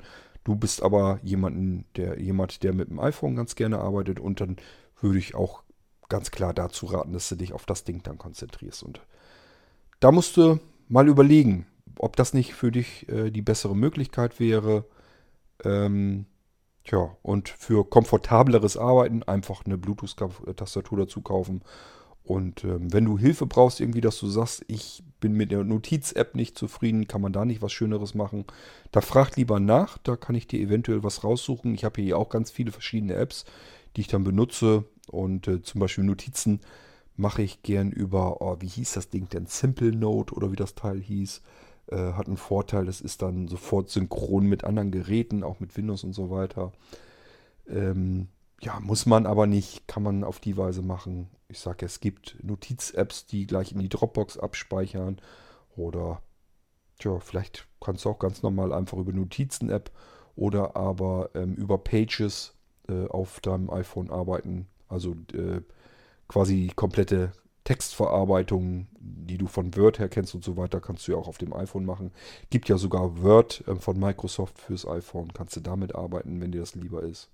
Du bist aber jemanden, der, jemand, der mit dem iPhone ganz gerne arbeitet und dann würde ich auch ganz klar dazu raten, dass du dich auf das Ding dann konzentrierst. Und da musst du mal überlegen, ob das nicht für dich äh, die bessere Möglichkeit wäre. Ähm, tja, und für komfortableres Arbeiten einfach eine Bluetooth-Tastatur dazu kaufen. Und ähm, wenn du Hilfe brauchst, irgendwie, dass du sagst, ich bin mit der Notiz-App nicht zufrieden, kann man da nicht was Schöneres machen, da frag lieber nach, da kann ich dir eventuell was raussuchen. Ich habe hier auch ganz viele verschiedene Apps, die ich dann benutze. Und äh, zum Beispiel Notizen mache ich gern über, oh, wie hieß das Ding denn? Simple Note oder wie das Teil hieß. Äh, hat einen Vorteil, es ist dann sofort synchron mit anderen Geräten, auch mit Windows und so weiter. Ähm, ja, muss man aber nicht, kann man auf die Weise machen. Ich sage, es gibt Notiz-Apps, die gleich in die Dropbox abspeichern. Oder, tja, vielleicht kannst du auch ganz normal einfach über Notizen-App oder aber ähm, über Pages äh, auf deinem iPhone arbeiten. Also äh, quasi die komplette Textverarbeitung, die du von Word her kennst und so weiter, kannst du ja auch auf dem iPhone machen. Gibt ja sogar Word äh, von Microsoft fürs iPhone. Kannst du damit arbeiten, wenn dir das lieber ist.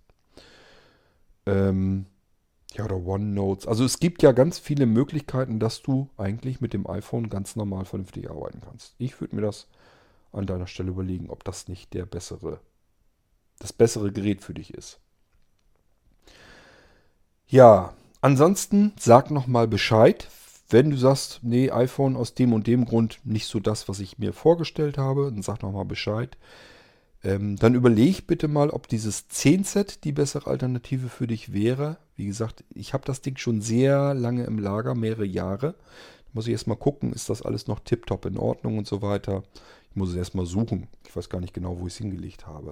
Ähm, ja, oder OneNotes. Also es gibt ja ganz viele Möglichkeiten, dass du eigentlich mit dem iPhone ganz normal vernünftig arbeiten kannst. Ich würde mir das an deiner Stelle überlegen, ob das nicht der bessere, das bessere Gerät für dich ist. Ja, ansonsten sag nochmal Bescheid, wenn du sagst, nee, iPhone aus dem und dem Grund nicht so das, was ich mir vorgestellt habe, dann sag nochmal Bescheid. Ähm, dann überleg bitte mal, ob dieses zehn Set die bessere Alternative für dich wäre. Wie gesagt, ich habe das Ding schon sehr lange im Lager, mehrere Jahre. Da muss ich erstmal gucken, ist das alles noch tipptopp in Ordnung und so weiter. Ich muss es erstmal suchen. Ich weiß gar nicht genau, wo ich es hingelegt habe.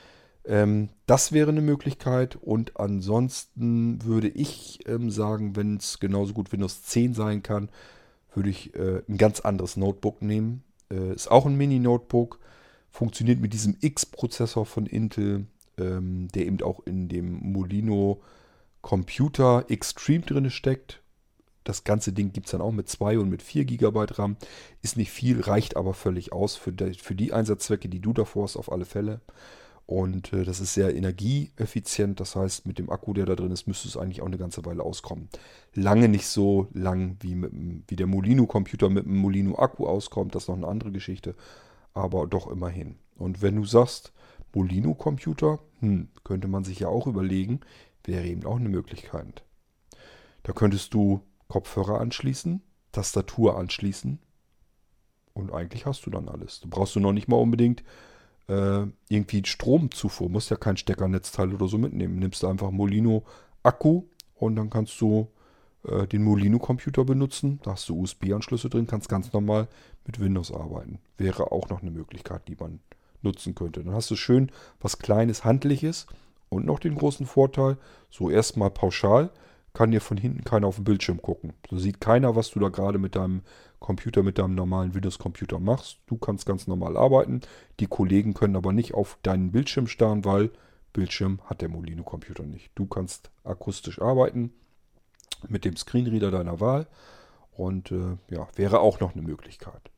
Ähm, das wäre eine Möglichkeit. Und ansonsten würde ich ähm, sagen, wenn es genauso gut Windows zehn sein kann, würde ich äh, ein ganz anderes Notebook nehmen. Äh, ist auch ein Mini-Notebook. Funktioniert mit diesem X-Prozessor von Intel, ähm, der eben auch in dem Molino Computer Extreme drin steckt. Das ganze Ding gibt es dann auch mit zwei und mit vier Gigabyte RAM. Ist nicht viel, reicht aber völlig aus für die, für die Einsatzzwecke, die du davor hast, auf alle Fälle. Und äh, das ist sehr energieeffizient. Das heißt, mit dem Akku, der da drin ist, müsste es eigentlich auch eine ganze Weile auskommen. Lange nicht so lang, wie, mit, wie der Molino-Computer mit dem Molino-Akku auskommt. Das ist noch eine andere Geschichte. Aber doch immerhin. Und wenn du sagst, Molino-Computer, hm, könnte man sich ja auch überlegen, wäre eben auch eine Möglichkeit. Da könntest du Kopfhörer anschließen, Tastatur anschließen und eigentlich hast du dann alles. Du brauchst du noch nicht mal unbedingt äh, irgendwie Stromzufuhr. Musst ja kein Steckernetzteil oder so mitnehmen. Nimmst du einfach Molino-Akku und dann kannst du äh, den Molino-Computer benutzen. Da hast du U S B-Anschlüsse drin, kannst ganz normal mit Windows arbeiten. Wäre auch noch eine Möglichkeit, die man nutzen könnte. Dann hast du schön was Kleines, Handliches und noch den großen Vorteil, so erstmal pauschal, kann dir von hinten keiner auf den Bildschirm gucken. So sieht keiner, was du da gerade mit deinem Computer, mit deinem normalen Windows-Computer machst. Du kannst ganz normal arbeiten. Die Kollegen können aber nicht auf deinen Bildschirm starren, weil Bildschirm hat der Molino-Computer nicht. Du kannst akustisch arbeiten mit dem Screenreader deiner Wahl und äh, ja, wäre auch noch eine Möglichkeit.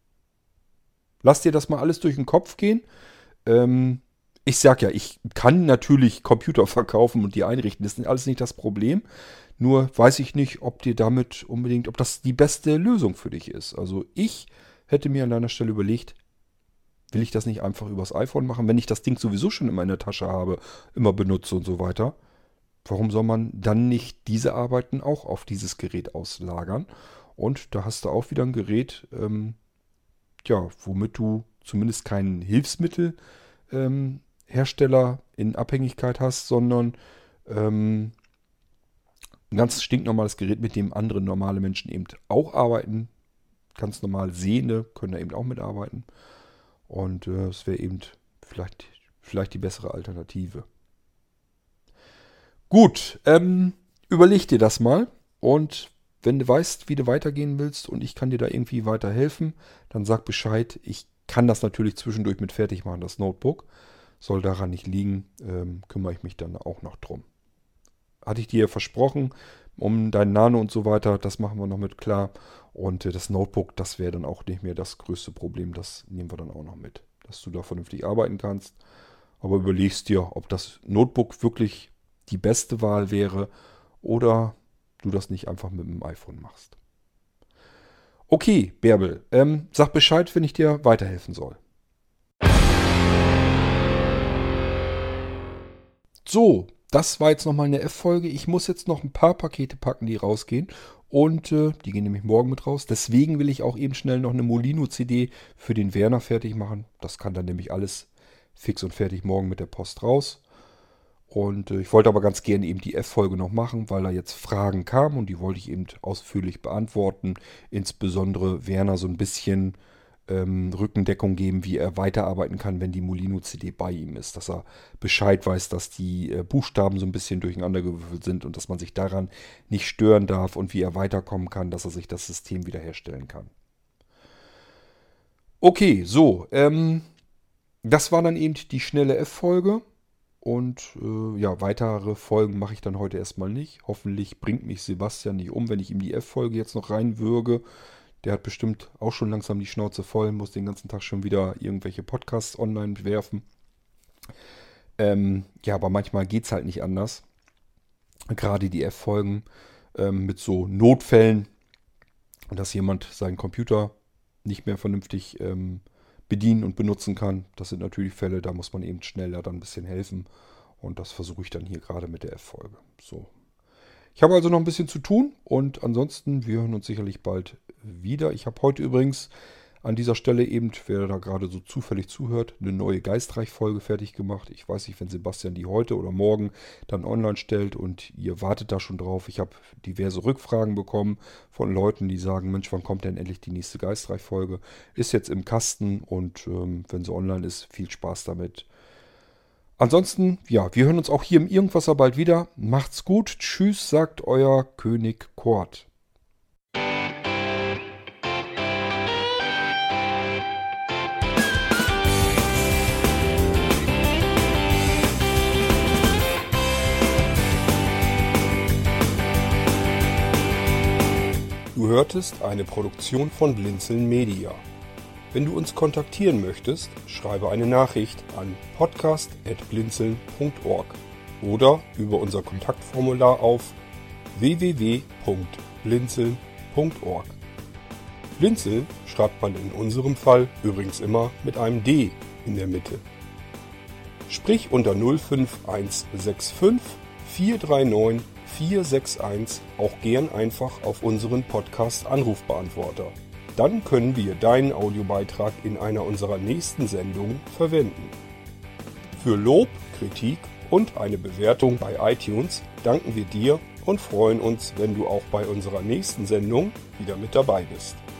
Lass dir das mal alles durch den Kopf gehen. Ähm, ich sag ja, ich kann natürlich Computer verkaufen und die einrichten. Das ist alles nicht das Problem. Nur weiß ich nicht, ob dir damit unbedingt, ob das die beste Lösung für dich ist. Also ich hätte mir an deiner Stelle überlegt, will ich das nicht einfach übers iPhone machen, wenn ich das Ding sowieso schon immer in der Tasche habe, immer benutze und so weiter. Warum soll man dann nicht diese Arbeiten auch auf dieses Gerät auslagern? Und da hast du auch wieder ein Gerät, ähm, ja, womit du zumindest keinen Hilfsmittelhersteller ähm, in Abhängigkeit hast, sondern ähm, ein ganz stinknormales Gerät, mit dem andere normale Menschen eben auch arbeiten. Ganz normal Sehende können da eben auch mitarbeiten. Und äh, es wäre eben vielleicht, vielleicht die bessere Alternative. Gut, ähm, überleg dir das mal. Und wenn du weißt, wie du weitergehen willst und ich kann dir da irgendwie weiterhelfen, dann sag Bescheid. Ich kann das natürlich zwischendurch mit fertig machen, das Notebook. Soll daran nicht liegen, ähm, kümmere ich mich dann auch noch drum. Hatte ich dir versprochen, um dein Nano und so weiter, das machen wir noch mit klar. Und äh, das Notebook, das wäre dann auch nicht mehr das größte Problem, das nehmen wir dann auch noch mit. Dass du da vernünftig arbeiten kannst. Aber überlegst dir, ob das Notebook wirklich die beste Wahl wäre oder du das nicht einfach mit dem iPhone machst. Okay, Bärbel, ähm, sag Bescheid, wenn ich dir weiterhelfen soll. So, das war jetzt nochmal eine F-Folge. Ich muss jetzt noch ein paar Pakete packen, die rausgehen. Und äh, die gehen nämlich morgen mit raus. Deswegen will ich auch eben schnell noch eine Molino-C D für den Werner fertig machen. Das kann dann nämlich alles fix und fertig morgen mit der Post raus. Und äh, ich wollte aber ganz gerne eben die F-Folge noch machen, weil da jetzt Fragen kamen und die wollte ich eben ausführlich beantworten. Insbesondere Werner so ein bisschen ähm, Rückendeckung geben, wie er weiterarbeiten kann, wenn die Molino-C D bei ihm ist. Dass er Bescheid weiß, dass die äh, Buchstaben so ein bisschen durcheinandergewürfelt sind und dass man sich daran nicht stören darf und wie er weiterkommen kann, dass er sich das System wiederherstellen kann. Okay, so. Ähm, das war dann eben die schnelle F-Folge. Und äh, ja, weitere Folgen mache ich dann heute erstmal nicht. Hoffentlich bringt mich Sebastian nicht um, wenn ich ihm die F-Folge jetzt noch reinwürge. Der hat bestimmt auch schon langsam die Schnauze voll, muss den ganzen Tag schon wieder irgendwelche Podcasts online werfen. Ähm, ja, aber manchmal geht es halt nicht anders. Gerade die F-Folgen ähm, mit so Notfällen, dass jemand seinen Computer nicht mehr vernünftig ähm, bedienen und benutzen kann. Das sind natürlich Fälle, da muss man eben schneller dann ein bisschen helfen. Und das versuche ich dann hier gerade mit der F-Folge. So. Ich habe also noch ein bisschen zu tun und ansonsten, wir hören uns sicherlich bald wieder. Ich habe heute übrigens an dieser Stelle eben, wer da gerade so zufällig zuhört, eine neue Geistreich-Folge fertig gemacht. Ich weiß nicht, wenn Sebastian die heute oder morgen dann online stellt und ihr wartet da schon drauf. Ich habe diverse Rückfragen bekommen von Leuten, die sagen, Mensch, wann kommt denn endlich die nächste Geistreich-Folge? Ist jetzt im Kasten und ähm, wenn sie online ist, viel Spaß damit. Ansonsten, ja, wir hören uns auch hier im Irgendwasser bald wieder. Macht's gut. Tschüss, sagt euer König Kurt. Du hörtest eine Produktion von Blinzeln Media. Wenn du uns kontaktieren möchtest, schreibe eine Nachricht an podcast at blinzeln punkt org oder über unser Kontaktformular auf w w w punkt blinzeln punkt org. Blinzeln schreibt man in unserem Fall übrigens immer mit einem D in der Mitte. Sprich unter null fünf eins sechs fünf vier drei neun vier sechs eins auch gern einfach auf unseren Podcast-Anrufbeantworter. Dann können wir deinen Audiobeitrag in einer unserer nächsten Sendungen verwenden. Für Lob, Kritik und eine Bewertung bei iTunes danken wir dir und freuen uns, wenn du auch bei unserer nächsten Sendung wieder mit dabei bist.